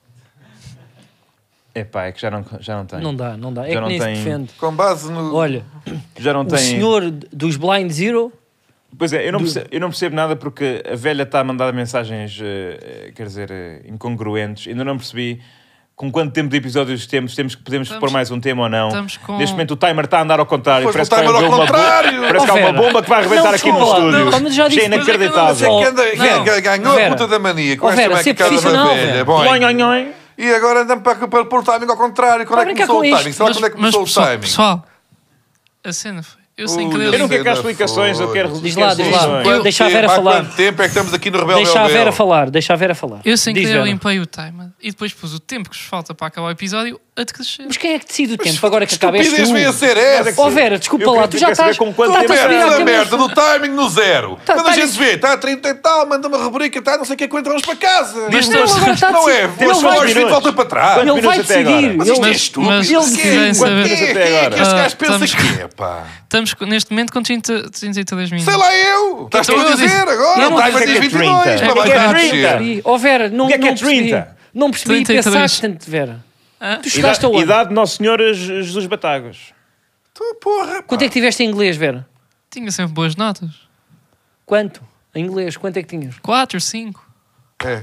Epá, é que já não, já não tem. Não dá, não dá. É Já que não nem tem- se defende. Com base no... Olha, Já não o tem... senhor dos Blind Zero, Pois é, eu não, percebo, eu não percebo nada porque a velha está a mandar mensagens, eh, quer dizer, eh, incongruentes. Ainda não percebi com quanto tempo de episódios temos, temos que podemos Estamos- pôr mais um tema ou não. estamos com- Neste momento o timer está a andar ao contrário. Pois, Parece o que vai timer ao haver uma bo- contrário! Parece que há Oh, uma Vera. bomba que vai arrebentar Não, aqui no desculpa lá. estúdio. Não, mas já Isto é disse- inacreditável. Você que anda, Não. que ganhou Vera. a puta da mania com Oh, esta Vera, ser macacada da profissional, velha. Vera. Bom, Oin, oin, oin. e agora andamos para, para pôr o timing ao contrário. Quando Para é que brincar começou o com timing? isto. Sabe Mas, quando é que mas começou o pessoal, timing? pessoal, a cena foi... Eu sem Ui, querer... Eu não quero que há Cena explicações, eu quero foi. Diz lá, diz lá. explicações. Eu- deixa a Tempo, Vera há falar. quanto tempo é que estamos aqui no Rebel deixa a Belbel? Vera falar, deixa a Vera falar. Eu sem Diz, querer Vera. limpei o timer e depois pus o tempo que vos falta para acabar o episódio a decrescer. Mas quem é que decide o tempo agora que acaba? És Estupidez vem a tu. ser essa. Oh Vera, desculpa Eu lá, quero- tu já quero saber estás... com quanto tu tempo estás a é virar Merda a da cabeça. merda, do timing no zero. Tá, Quando tá a gente isso. vê, está a trinta e tal, manda uma rubrica, está não sei o que, quando entramos para casa. Mas Não, todos- agora está a Não é, decidir. depois Ele só vai- aos vinte volta para trás. Quantos Ele vai minutos até decidir. agora? Mas isto é Ele- estúpido. mas ele se decide. quiserem Quanto saber... é que até agora? este gajo pensa estamos- que é, pá? Estamos co- neste momento com trinta, trinta e três minutos. Sei lá eu. Estás tu Então a eu dizer disse- agora? Eu O não timer sei diz que é vinte e dois. trinta. Mas É vai que é dar a trinta. descer. Oh Vera, não, O que é que não é percebi. trinta? Não percebi e trinta e três. pensaste tanto, Vera. Hã? Tu chegaste Idade, aonde? idade de Nosso Senhor Jesus Batagas. Tu, porra, pá. Quanto é que tiveste em inglês, Vera? Tinha sempre boas notas. Quanto? Em inglês, quanto é que tinhas? quatro, cinco. É.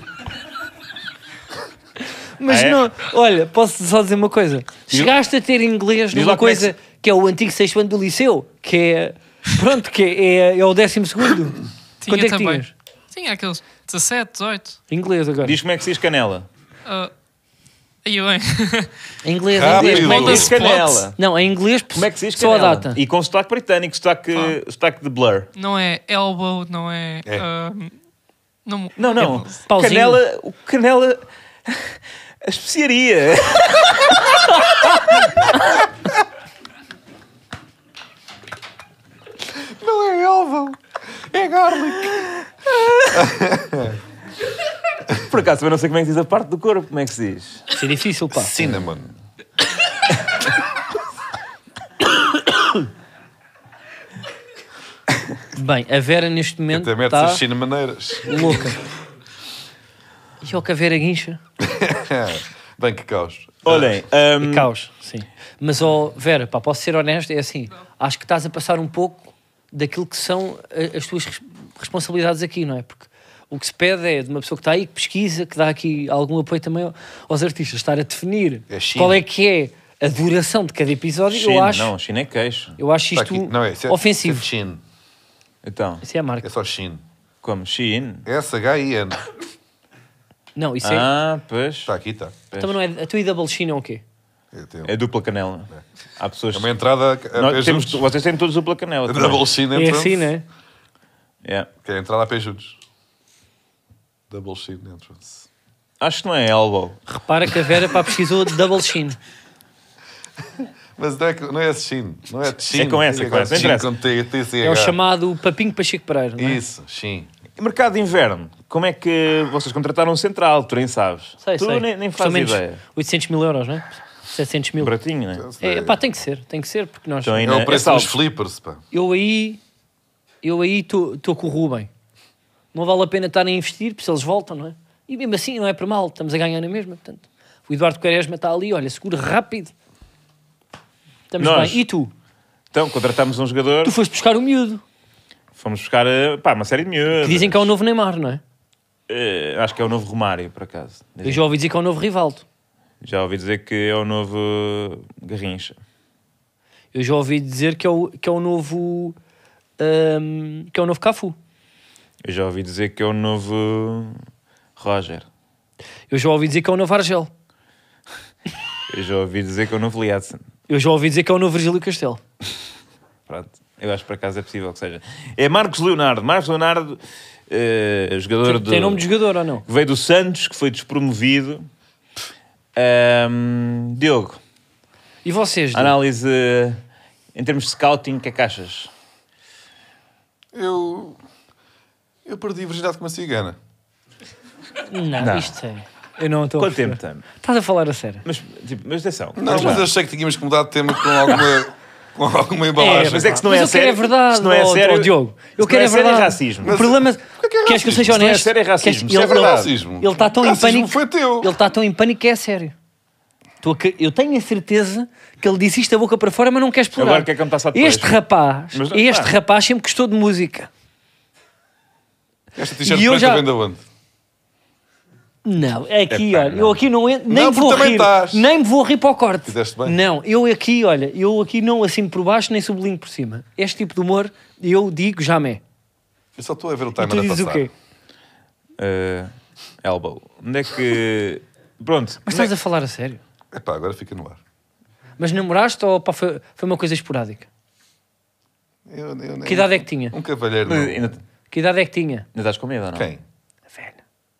Mas Ah, é? não, olha, posso só dizer uma coisa. Chegaste a ter inglês Diz numa lá como é que coisa que é o antigo sexto ano do liceu, que é, pronto, que é, é o décimo segundo. Tinha Quanto é que também. tinhas? Tinha aqueles dezassete, dezoito. Inglês agora. Diz como é que se diz canela. Uh, aí bem. Em inglês, em Rápido. inglês. Como é que Diz diz? canela. Não, em inglês, Como é que se diz só a canela? data. E com sotaque britânico, sotaque, sotaque de Blur. Não é elbow, não é... É. uh, não, Não, não. Pauzinho. Canela... O canela... A especiaria. Não é elbow. É garlic. Por acaso, eu não sei como é que se diz a parte do corpo. Como é que se diz? Isso é difícil, pá. Cinnamon. Bem, a Vera neste momento Até metes está as cinnamoneiras. louca. E o que a Vera guincha? Bem, que caos. Olhem, É hum, caos, sim. Mas, ó, Vera, pá, posso ser honesto, é assim, acho que estás a passar um pouco daquilo que são a- as tuas res- responsabilidades aqui, não é? Porque o que se pede é de uma pessoa que está aí, que pesquisa, que dá aqui algum apoio também ao- aos artistas, estar a definir É China. qual é que é a duração de cada episódio, eu China, acho, não, China é queixo. eu acho Está isto aqui. Não, é, isso é, ofensivo. Isso é Shin. Então, Isso é a marca. É só Shin. como? Shein? S H I N. Não, isso é... Ah, pois. Está aqui, está. Também não é... A tua e double China é o quê? É, tem- É dupla canela. Há pessoas... é uma entrada a Nós pé temos, juntos. vocês têm todos dupla canela. também. Double Shin É entrance. assim, não é? Yeah. Que é a entrada a pé juntos. Double Shin entrance. Acho que não é elbow. Repara que a Vera, pá, pesquisou double China. Mas não é, que- não é esse Shin. Não é Shin. É com essa, com essa, não Shin interessa. com T, T, C, É o H. chamado papinho para Chico Pereira, não é? Isso, Shin. E mercado de inverno? Como é que vocês contrataram um central? Tu nem sabes. Sei, tu sei. nem, nem Custa fazes menos ideia. oitocentos mil euros, não é? setecentos mil. Baratinho, não é? É, pá, tem que ser, tem que ser, porque nós... Então, É ainda- o preço é dos salvo. flippers, pá. Eu aí... Eu aí estou com o Rubem. Não vale a pena estar a investir, porque se eles voltam, não é? E mesmo assim, não é por mal, estamos a ganhar na mesma, portanto. O Eduardo Quaresma está ali, olha, seguro rápido. Estamos Nós- bem. E tu? Então, contratámos um jogador, Tu foste buscar o miúdo. fomos buscar eh, pá, uma série de miúdos. Que dizem que é o novo Neymar, não é? Eh, acho que é o novo Romário, por acaso. Eu já ouvi dizer que é o novo Rivaldo. Já ouvi dizer que é o novo Garrincha. Eu já ouvi dizer que é o, que é o novo... hum, que é o novo Cafu. Eu já ouvi dizer que é o novo Roger. Eu já ouvi dizer que é o novo Argel. Eu já ouvi dizer que é o novo Liadson. Eu já ouvi dizer que é o novo Virgílio Castelo. Pronto. Eu acho que por acaso é possível que seja. É Marcos Leonardo. Marcos Leonardo, eh, jogador Tem, do... tem nome de jogador ou não? que veio do Santos, que foi despromovido. Ahm, Diogo, E vocês? Diogo? análise eh, em termos de scouting, o que é que achas? Eu... Eu perdi a virgindade com uma cigana. Não, Não. isto é... Eu não estou a Quanto tempo perceber. tem? Estás a falar a sério? Mas, tipo, mas atenção. Não, mas mas lá. eu achei que tínhamos que mudar de tema com alguma, com alguma embalagem. mas é que se não Mas é eu sério, quero é verdade, se não é ó, sério, ó, Diogo. Eu se quero não é é sério, verdade. é racismo. O problema... que é Queres que eu seja racismo? Se não é honesto? sério, é racismo. Queres- Se é ele- verdade. Racismo. Ele está tão em Racismo pânico... foi teu. Ele está tão em pânico que é sério. Estou a que- Eu tenho a certeza que ele disse isto a boca para fora, mas não quer explorar. Agora quer cantar só depois. Este rapaz, Mas não- este pá. rapaz sempre gostou de música. Esta t-shirt E eu preta já- vem de onde? Não, é aqui, Epá, olha, não. eu aqui não entro, nem Não, me vou porque também rir, estás. nem me vou rir para o corte. Fizeste bem. Não, eu aqui, olha, eu aqui não assino por baixo nem sublinho por cima. Este tipo de humor, eu digo jamais. Eu só estou a ver o E timer tu a dizes o passar. quê? Eh, elbow. Onde é que... Pronto. Mas onde é estás a falar a sério? Epá, agora fica no ar. Mas namoraste ou pá, foi, foi uma coisa esporádica? Eu, eu, Que idade é que tinha? Um cavalheiro que... não. Ainda, ainda Que idade é que tinha? estás com medo ou não? Quem? A velha.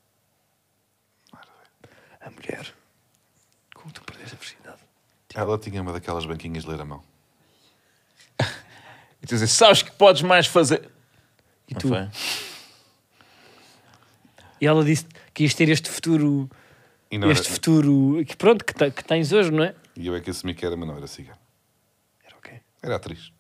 A mulher. Como tu perdeste a virgindade? Ela tinha uma daquelas banquinhas de ler a mão. E tu dizes, sabes que podes mais fazer... E Não tu? foi? E ela disse que ias ter este futuro, E, não este era... futuro, que pronto, que, te- que tens hoje, não é? e eu é que assumi que era, mas não era cigana. Era o quê? Era atriz.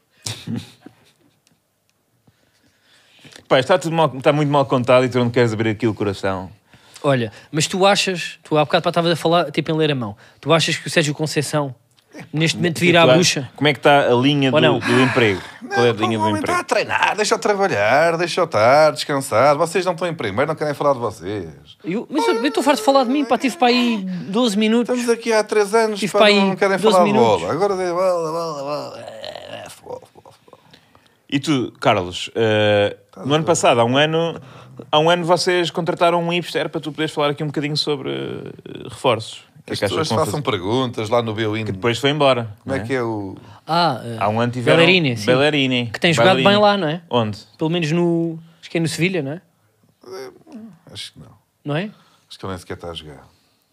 Pá, está, tudo mal, está muito mal contado e tu não queres abrir aqui o coração. Olha, mas tu achas, tu há bocado pá, estavas a falar, tipo em ler a mão, tu achas que o Sérgio Conceição neste momento vira Tu a achas- bruxa? Como é que está a linha Ou do, não? do emprego? Qual é a Não, linha o do homem está emprego? a treinar, deixa-o trabalhar, deixa-o estar, descansado. Vocês não estão em primeiro, não querem falar de vocês. Eu, mas eu eu estou farto de falar de mim, pá, tive para aí doze minutos. Estamos aqui há três anos Tive pá, para aí não querem doze falar de minutos. bola. Agora é bola, bola, bola. É, futebol, futebol, futebol. E tu, Carlos, eh, no ano passado, há um ano, há um ano vocês contrataram um hipster para tu poderes falar aqui um bocadinho sobre eh, reforços. O que é As que achas pessoas que vão façam fazer? perguntas lá no Beuin. Que depois foi embora. Como é não que é o... Ah, Há um ano tiveram... Bellerini, sim. Bellerini. Que tem jogado Bellerini. bem lá, não é? Onde? Pelo menos no, acho que é no Sevilha, não é? Acho que não. Não é? Acho que ele nem sequer está a jogar.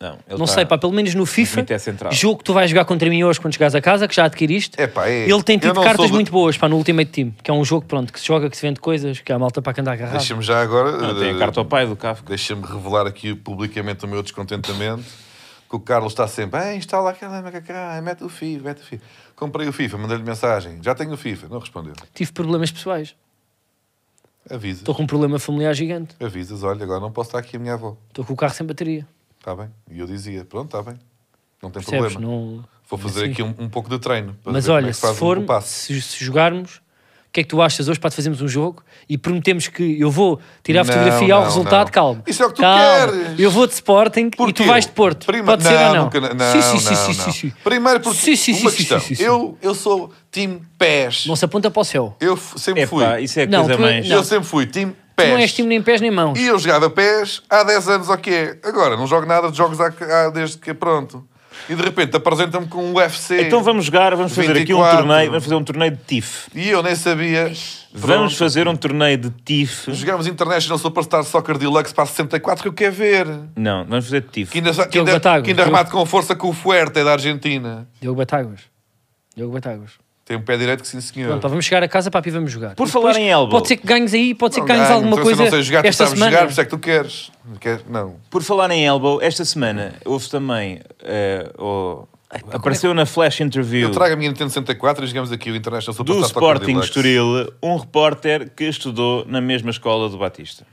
Não, ele Não tá- sei, pá, pelo menos no FIFA, comitê central. jogo que tu vais jogar contra mim hoje quando chegares a casa, que já adquiriste, É, pá, é- ele tem eu tido não cartas sou de- muito boas, pá, no Ultimate Team, que é um jogo, pronto, que se joga, que se vende coisas, que há malta para que andar agarrado. Deixa-me já agora... Não, tem a eh, carta ao pai do Kafka. Deixa-me revelar aqui publicamente o meu descontentamento, que o Carlos está sempre, ah, instala aquela macacá, mete o FIFA, mete o FIFA. Comprei o FIFA, mandei-lhe mensagem, já tenho o FIFA, não respondeu. Tive problemas pessoais. Avisas, Estou com um problema familiar gigante. avisas, olha, agora não posso estar aqui a minha avó. Estou com o carro sem bateria. Está bem? E eu dizia, pronto, está bem, não tem Percebes? problema. Não... Vou fazer assim. aqui um, um pouco de treino. Para Mas ver como olha, é que se faz o- for, o passo. se, se jogarmos, o que é que tu achas hoje para fazermos um jogo e prometemos que eu vou tirar a Não, fotografia ao não, resultado, não. calma. Isso é o que tu calma. queres. Eu vou de Sporting e Porquê? tu vais de Porto. Prima- Pode ser ou não? Nunca, não, sim, sim, sim, não, sim, não. sim, sim. Primeiro porque, Sim, sim, uma sim, questão, sim, sim, sim. Eu, eu sou time P E S. Não se aponta para o céu. Eu f- sempre fui. Epá, isso é a Não, coisa tu- mais... não. Eu sempre fui time Tu P E S. não és time nem pés nem mãos. E eu jogava P E S há dez anos, ou que é. Agora, não jogo nada de jogos há, há- desde que é pronto. E de repente apresenta-me com um U F C. Então vamos jogar, vamos fazer aqui um vinte e quatro. torneio, vamos fazer um torneio de T I F. E eu nem sabia. Vamos Pronto. fazer um torneio de T I F. Jogamos International Superstar Soccer Deluxe para a sessenta e quatro, que eu quero ver. Não, vamos fazer de T I F. Que ainda, que Diogo ainda, Batagas. que ainda remate com força com o Fuerte da Argentina. Diogo Batáguas. Diogo Batáguas. Tem um pé direito que sim, senhor. Pronto, pá, vamos chegar a casa, papi, vamos jogar. Por E falar depois em elbow. Pode ser que ganhes aí, pode ser Não que ganhes ganho, alguma então se eu coisa não sei jogar, tu esta sabes semana. jogar, por isso é que tu queres. Quer- Não. Por falar em elbow, esta semana houve também... eh, o- apareceu na Flash Interview Eu trago a minha Nintendo sessenta e quatro e jogamos aqui o International do Superstar Soccer Sporting Deluxe. Estoril um repórter que estudou na mesma escola do Batista.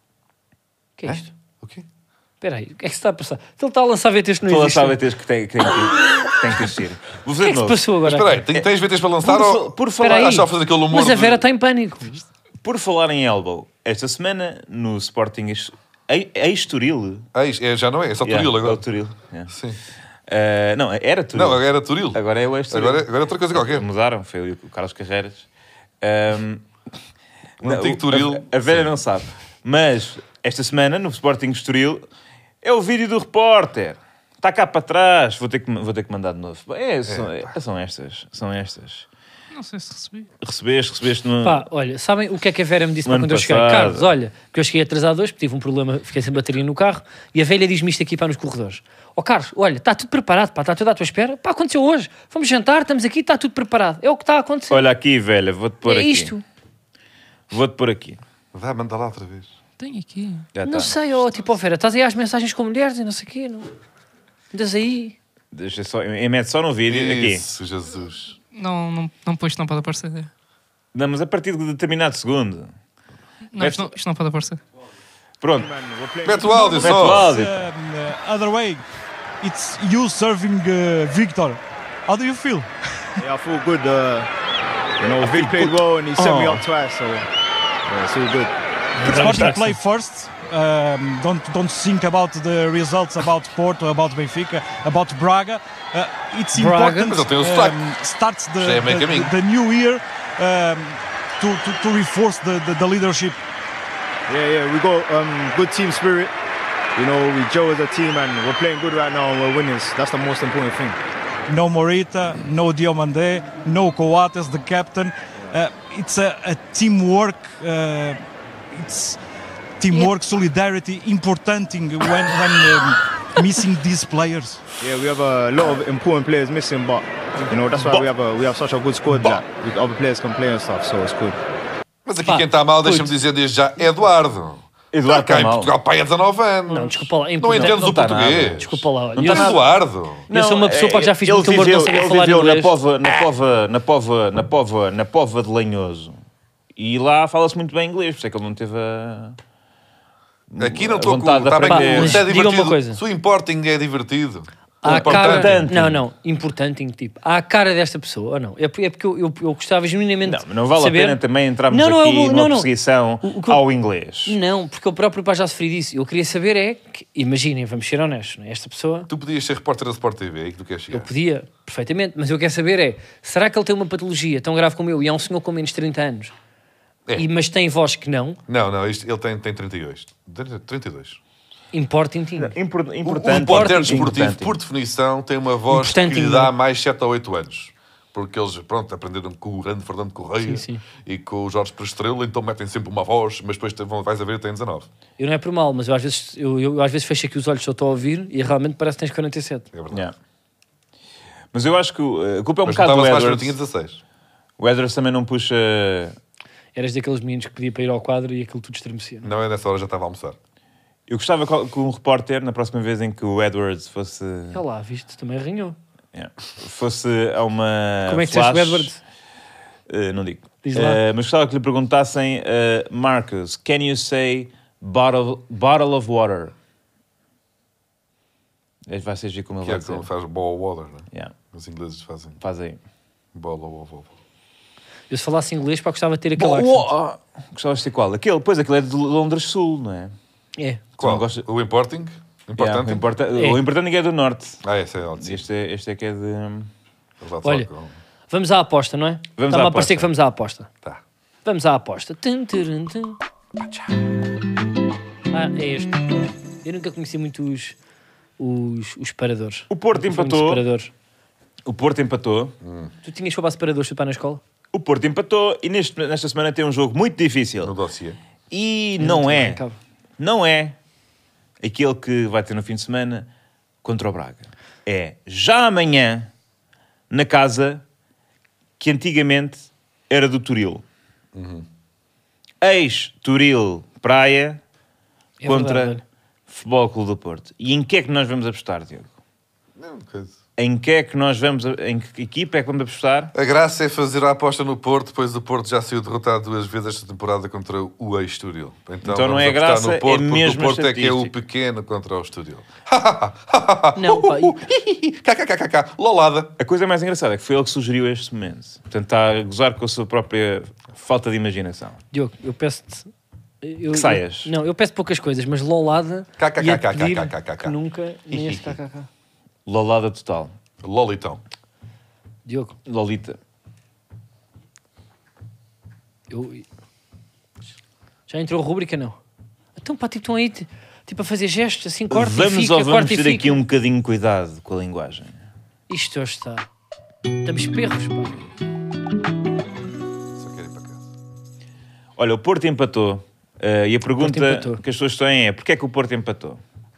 O que é isto? O quê? Espera aí, o que é que se está a passar? Então ele está a lançar V Ts que não Estou a existem. lançar V Ts que tem que, tem que, tem que existir. Vou O fazer que é de que se novo. passou agora? Mas espera aí, tem- tens V Ts para lançar Por, ou... fa- por Espera falar, aí. Ah, só fazer aquele humor Mas a de- Vera está em pânico. por falar em elbow, esta semana no Sporting Es- em em Estoril. Ah, isto- é, já não é, é só Yeah, Turil é o agora. Turil. yeah. Sim. Eh, não, era Turil. Não, agora era Turil. Agora é o Estoril. Agora, agora é outra coisa qualquer. Mudaram, foi o Carlos Carreiras. Ahm, O antigo o- Turil. A, a Vera não sabe. Mas esta semana, no Sporting Estoril, é o vídeo do repórter. Está cá para trás. Vou ter que, vou ter que mandar de novo. É, são, é, são estas. São estas. Não sei se recebi. Recebeste, recebeste no... Pá, olha, sabem o que é que a Vera me disse No para ano quando eu cheguei? passado. Carlos, olha, porque eu cheguei atrasado hoje, porque tive um problema, fiquei sem bateria no carro, e a velha diz-me isto aqui para nos corredores. Ó Carlos, olha, está tudo preparado, pá, está tudo à tua espera. Pá, aconteceu hoje. Vamos jantar, estamos aqui, está tudo preparado. É o que está a acontecer. Olha aqui, velha, vou-te pôr é aqui. isto. Vou-te pôr aqui. Vá, manda lá outra vez. Tenho aqui. Já Não tá. sei, ó, tipo, ó Vera, estás aí às mensagens com mulheres e não sei o quê, não? Andas aí. Deixa só, emete só no vídeo. Isso, Jesus. Não, não, não pôs, não pode aparecer. Aqui. Não, mas a partir de determinado segundo. Não, isto, não, isto não pode aparecer. Pronto. Mete o áudio Mete o só. áudio. um, uh, other way. It's you serving uh, Victor. How do you feel? Yeah, I feel good. Uh, you know, Vic played well and he sent me Oh. up twice, so yeah, it's all good. Sporting play first. Um, don't don't think about the results about Porto, about Benfica, about Braga. Uh, it's Braga. important. Mas ele tem um sotaque. starts the, Já é meio the, caminho. the new year um, to, to to reinforce the, the, the leadership. Yeah, yeah, we got um, good team spirit. You know, we gel as a team and we're playing good right now and we're winners. That's the most important thing. No Morita, no Diomande, no Coates, the captain. Uh, it's a, a teamwork. Uh, it's teamwork, solidarity, important thing when when um, missing these players. Yeah, we have a lot of important players missing, but you know that's why we have a we have such a good squad that with other players can play and stuff. So it's good. Mas aqui Pá, quem está mal, deixa-me puto. dizer desde já, Eduardo. Eduardo Está cá está em mal. Portugal, pai, há dezanove anos. Não, desculpa lá, é Não impossível. entendes Não o está português. nada. Desculpa lá, olha. Não eu, está nada. Eduardo. eu sou uma pessoa para que já fiz ele muito humor, não viveu, sabia ele falar viveu na inglês. pova, na pova, na pova, na pova, na pova de Lanhoso. E lá fala-se muito bem inglês, por isso é que ele não teve a... Aqui não a estou com... vontade de Está bem, aprender. mas é Diga uma divertido. coisa. Se o importing é divertido. Há a cara... Importante. Não, não, importante, tipo, há a cara desta pessoa, ou não? É porque, é porque eu, eu, eu gostava genuinamente Não, mas não vale saber... a pena também entrarmos Não, não, aqui eu vou- numa não, não. perseguição O- o que eu- ao inglês. Não, porque eu próprio pá, já sofri disso. Eu queria saber é que, imaginem, vamos ser honestos, não é? Esta pessoa, Tu podias ser repórter da Sport T V, é aí que tu queres chegar. eu podia, perfeitamente, mas eu quero saber é, será que ele tem uma patologia tão grave como eu e é um senhor com menos de trinta anos, É. e, mas tem voz que não, Não, não, isto, ele tem, tem trinta e dois. trinta e dois. importa-me. Impor- O Importante. repórter Importante. desportivo, por definição, tem uma voz Importante, que lhe não. dá mais sete ou oito anos. Porque eles, pronto, aprenderam com o grande Fernando Correia Sim, sim. e com o Jorge Prestrelo, então metem sempre uma voz, mas depois te- vão- vais a ver e têm dezanove. Eu não é por mal, mas eu às vezes, eu, eu, às vezes fecho aqui os olhos, só estou a ouvir e realmente parece que tens quarenta e sete. É verdade. Yeah. Mas eu acho que uh, a culpa é um Mas bocado do notava-se mais que eu Edwards. tinha dezasseis. O Edwards também não puxa... Eras daqueles meninos que pedia para ir ao quadro e aquilo tudo estremecia. Não? Não, é nessa hora já estava a almoçar. Eu gostava co- que um repórter, na próxima vez em que o Edwards fosse... É lá, viste, também arranhou. Yeah. Fosse a uma Como é que flash, disseste o Edwards? Uh, não digo. Diz lá. Uh, mas gostava que lhe perguntassem, uh, Marcus, can you say bottle, bottle of water? Vai ser giro como ele Que vai é dizer. como faz ball water, né? Yeah. Os ingleses fazem Faz aí. bola ou ovo. Eu se falasse inglês, pá, gostava de ter aquele Bo- accent. oh, oh. Gostavas de ser qual? Aquele, pois aquele é de Londres Sul, não é? É. Tu Qual? não gostas- O importing? Importante? Yeah, o, importa... É. o importante é do Norte. Ah, esse é ótimo. Este é, este é que é de... Olha. Vamos à aposta, não é? Vamos Está-me à a parecer aposta. que vamos à aposta. Tá. Vamos à aposta. Tum, turum, tum. Ah, é este. Eu nunca conheci muito os, os, os separadores. O Porto Nunca fui muito empatou. separador. O Porto empatou. Tu tinhas para separadores de para na escola? O Porto empatou e neste, nesta semana tem um jogo muito difícil. No dossiê. E Eu não tinha é, arrancado. não é aquele que vai ter no fim de semana contra o Braga. É já amanhã, na casa que antigamente era do Toril. Ex-Toril Praia É contra verdade, olha. Futebol Clube do Porto. E em que é que nós vamos apostar, Diogo? Não, coisa. Em que é que nós vamos, em que equipa é que vamos apostar? A graça é fazer a aposta no Porto, pois o Porto já saiu derrotado duas vezes esta temporada contra o ex-Estoril. Então, Então não vamos é apostar graça, no Porto, é porque mesmo o Porto é que é o estatística. pequeno contra o Estoril. Não, pá, e- KKKK, lolada. A coisa mais engraçada é que foi ele que sugeriu este momento. Portanto, está a gozar com a sua própria falta de imaginação. Diogo, eu peço-te... eu- Que saias. eu- Não, eu peço poucas coisas, mas lolada ia-te pedir KKKKKKK. que nunca... Nem este kkk. Lolada total. Lolitão. Diogo, Lolita. eu... Já entrou a rúbrica, não? Então, pá, tipo, estão aí, t- tipo, a fazer gestos, assim, corta Vamos e fica, ou vamos corta e ter fica. aqui um bocadinho de cuidado com a linguagem. Isto hoje está... Estamos perros, pá. Só quero ir para casa. Olha, o Porto empatou. eh, e a pergunta empatou. que as pessoas têm é: porquê é que o Porto empatou?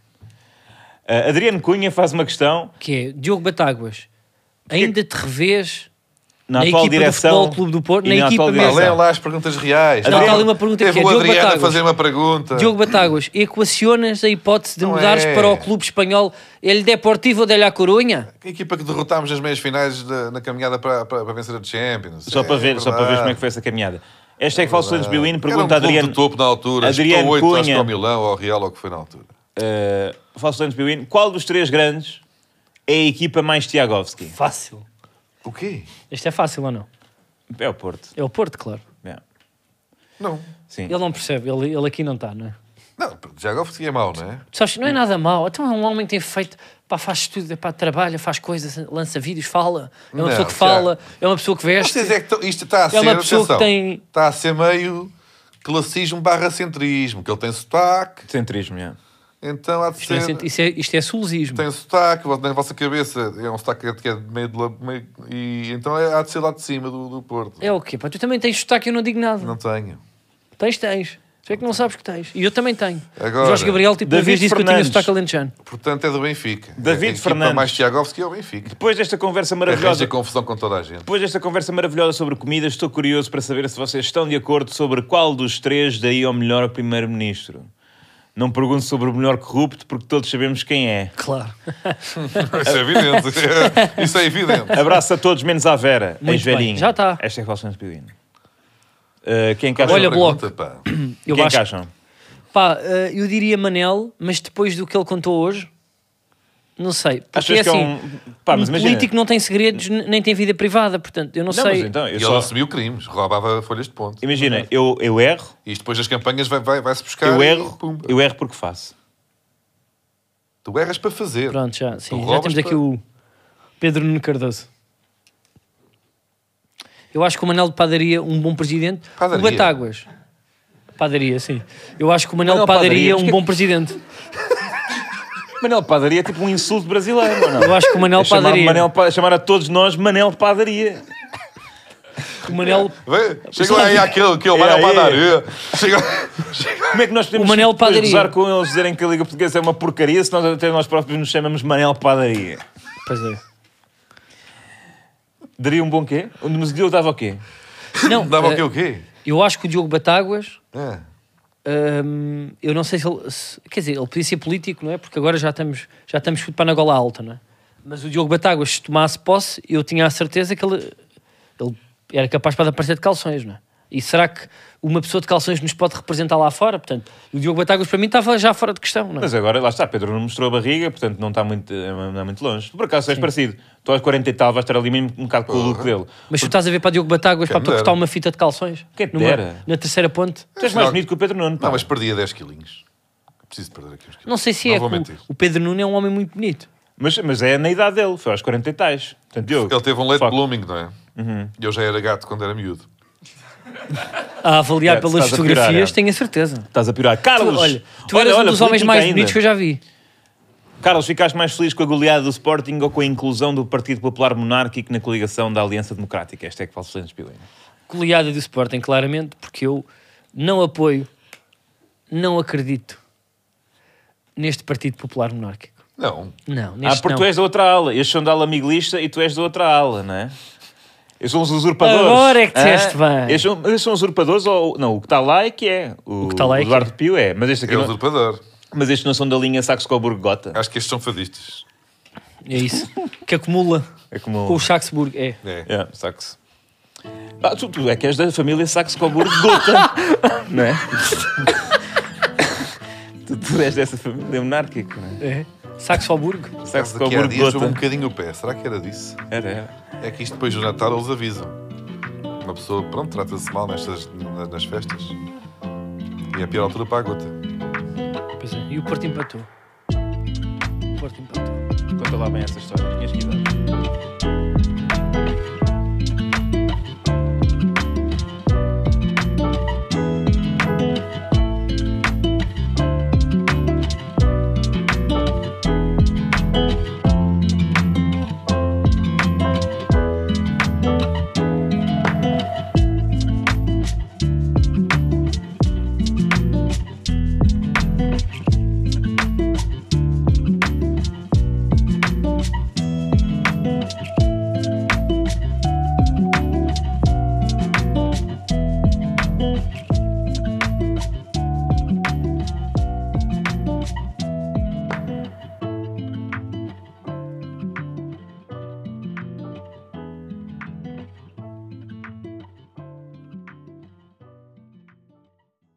Eh, Adriano Cunha faz uma questão Que é, Diogo Batáguas, ainda te revês na, na atual equipa do direção. Futebol Clube do Porto, e na equipa atual mesmo. direção. Leia lá as perguntas reais. Não, está ali uma pergunta Teve que é, o Diogo Adriano a Batáguas. fazer uma pergunta. Diogo Batáguas, equacionas a hipótese de Não mudares é. para o clube espanhol El Deportivo de La Coruña? A equipa que derrotámos nas meias finais da- na caminhada para, para, para vencer a Champions. Só, É para ver, só para ver verdade. como é que foi essa caminhada. Esta é que Falso Santos Biuíno Era um pergunta a clube Adriano. de topo na altura. Adriano oito acho que Cunha. ao Milão, ou ao Real, ou o que foi na altura. Uh, Falso Santos Biuíno, qual dos três grandes é a equipa mais Tiagovski? Fácil. O quê? Este é fácil ou não? É o Porto. É o Porto, claro. É. Não. Sim. Ele não percebe, ele, ele aqui não está, não é? Não, Jagovski é mau, não é? Tu sabes, não é nada mau. Então é um homem que tem feito, pá, faz tudo, pá, trabalha, faz coisas, lança vídeos, fala. É uma Não, pessoa que Tiago. fala, é uma pessoa que veste. Vocês é que tão- isto está a É ser, uma pessoa que atenção, tem- está a ser meio classismo barra centrismo, que ele tem sotaque, Centrismo, é. então há de Isto é, ser... cent- isso é, isto é sulzismo. Tem sotaque, na vossa cabeça é um sotaque que é de meio de... la- meio- e então é, há de ser lá de cima do, do Porto. É o quê? Pá, tu também tens sotaque, eu não digo nada. Não tenho. Tens, tens. Tu é que não sabes que tens. E eu também tenho. Agora, o Jorge Gabriel, tipo, uma David vez disse que eu tinha Fernandes. sotaque alentejano. Portanto, é do Benfica. David a equipa Fernandes. mais Tiagovski é o Benfica. Depois desta conversa Arranja maravilhosa, confusão com toda a gente. depois desta conversa maravilhosa sobre comida, estou curioso para saber se vocês estão de acordo sobre qual dos três daí ao melhor primeiro-ministro. Não pergunto sobre o melhor corrupto, porque todos sabemos quem é. Claro. Isso é evidente. Isso é evidente. Abraço a todos, menos à Vera, Muito ex-velhinho. bem, já está. Esta é Falso Santos Biuíno. Uh, quem encaixa? Olha, Pergunta, Bloco. pá. Eu Quem acho, encaixam? pá, eh, eu diria Manel, mas depois do que ele contou hoje, não sei. Porque Achas é que assim, é um... Pá, mas um imagina. político não tem segredos, n- nem tem vida privada, portanto, eu não, Não, sei. mas então, eu E só... ele assumiu crimes, roubava folhas de ponto. Imagina, eu, eu erro, E isto depois das campanhas vai, vai, vai-se buscar. eu e erro, pumba. eu erro porque faço. Tu erras para fazer. Pronto, já, sim, já roubas temos aqui para- o Pedro Nuno Cardoso. Eu acho que o Manel de Padaria, um bom presidente. Padaria. O Batáguas. Padaria, sim. Eu acho que o Manel Manel de Padaria, Padaria, mas um que- bom presidente. Manel Padaria é tipo um insulto brasileiro, mano. Eu acho que o Manel É chamar, Padaria. Manel, Pa- chamar a todos nós Manel Padaria. O Manel, Vê? Chegou aí aquele, aquele É, Manel é. Padaria. Chegou... Como é que nós podemos O Manel depois Padaria. gozar com eles dizerem que a Liga Portuguesa é uma porcaria se nós até nós próprios nos chamamos Manel Padaria? pois é. Daria um bom quê? Mas o Diogo dava o quê? Não, Dava o eh, quê, o quê? eu acho que o Diogo Batáguas, É. hum, eu não sei se ele, se- quer dizer, ele podia ser político, não é? Porque agora já estamos, já estamos para na gola alta, não é? Mas o Diogo Batáguas, se tomasse posse, eu tinha a certeza que ele, ele era capaz para aparecer de calções, não é? E será que uma pessoa de calções nos pode representar lá fora? Portanto, o Diogo Batáguas para mim estava já fora de questão, não é? Mas agora, lá está, Pedro não mostrou a barriga, portanto não está muito, não é muito longe. Por acaso és parecido. Tu aos quarenta e tal vais estar ali mesmo um bocado com o look dele. Mas tu estás a ver para Diogo Batáguas Quem para para dera. cortar uma fita de calções? Quem te Numa- dera. Na terceira ponte? Tu és mais Não. bonito que o Pedro Nuno. pá. Não, mas perdia dez quilinhos. Preciso perder aqui uns quilos. Não sei se Não é vou que o, mentir. o Pedro Nuno é um homem muito bonito. Mas, mas é na idade dele, foi aos quarenta e tais. Portanto, Diogo, Ele teve um late fuck. blooming, não é? Uhum. E eu já era gato quando era miúdo. A avaliar É, tu pelas estás a piorar, fotografias, é. tenho a certeza. Estás a piorar. Carlos! Tu, olha, tu eras um dos homens política mais ainda. bonitos que eu já vi. Carlos, ficaste mais feliz com a goleada do Sporting ou com a inclusão do Partido Popular Monárquico na coligação da Aliança Democrática? Esta é que fala Excelentes Pilina. Goleada do Sporting, claramente, porque eu não apoio, não acredito neste Partido Popular Monárquico. Não. Não, Ah, neste porque não. tu és da outra ala. Estes são da ala miguelista e tu és da outra ala, não é? Eles são os usurpadores. Agora é que disseste Ah, bem. Eles são, eles são usurpadores ou... Não, o que está lá é que é. O, que está lá é o que Eduardo é. Pio é. Mas este aqui É não, usurpador. mas estes não são da linha Saxe-Coburgo-Gotha. Acho que estes são fadistas. É isso. Que acumula É como... com o Saxburgo. É. É. É, Saxe. Ah, tu, tu é que és da família Saxe-Coburgo-Gotha. Não é? tu, tu és dessa família monárquica, não é? é. Saxoburgo. Daqui a dias houve um Saxe-Coburgo-Gotha. bocadinho o pé. Será que era disso? Era, era. É que isto depois do Natal eles avisam. Uma pessoa, pronto, trata-se mal nestas, na- nas festas. E é a pior altura para a gota. Pois é. E o Porto empatou. O Porto empatou. Conta lá bem essa história. Tinhas que idade?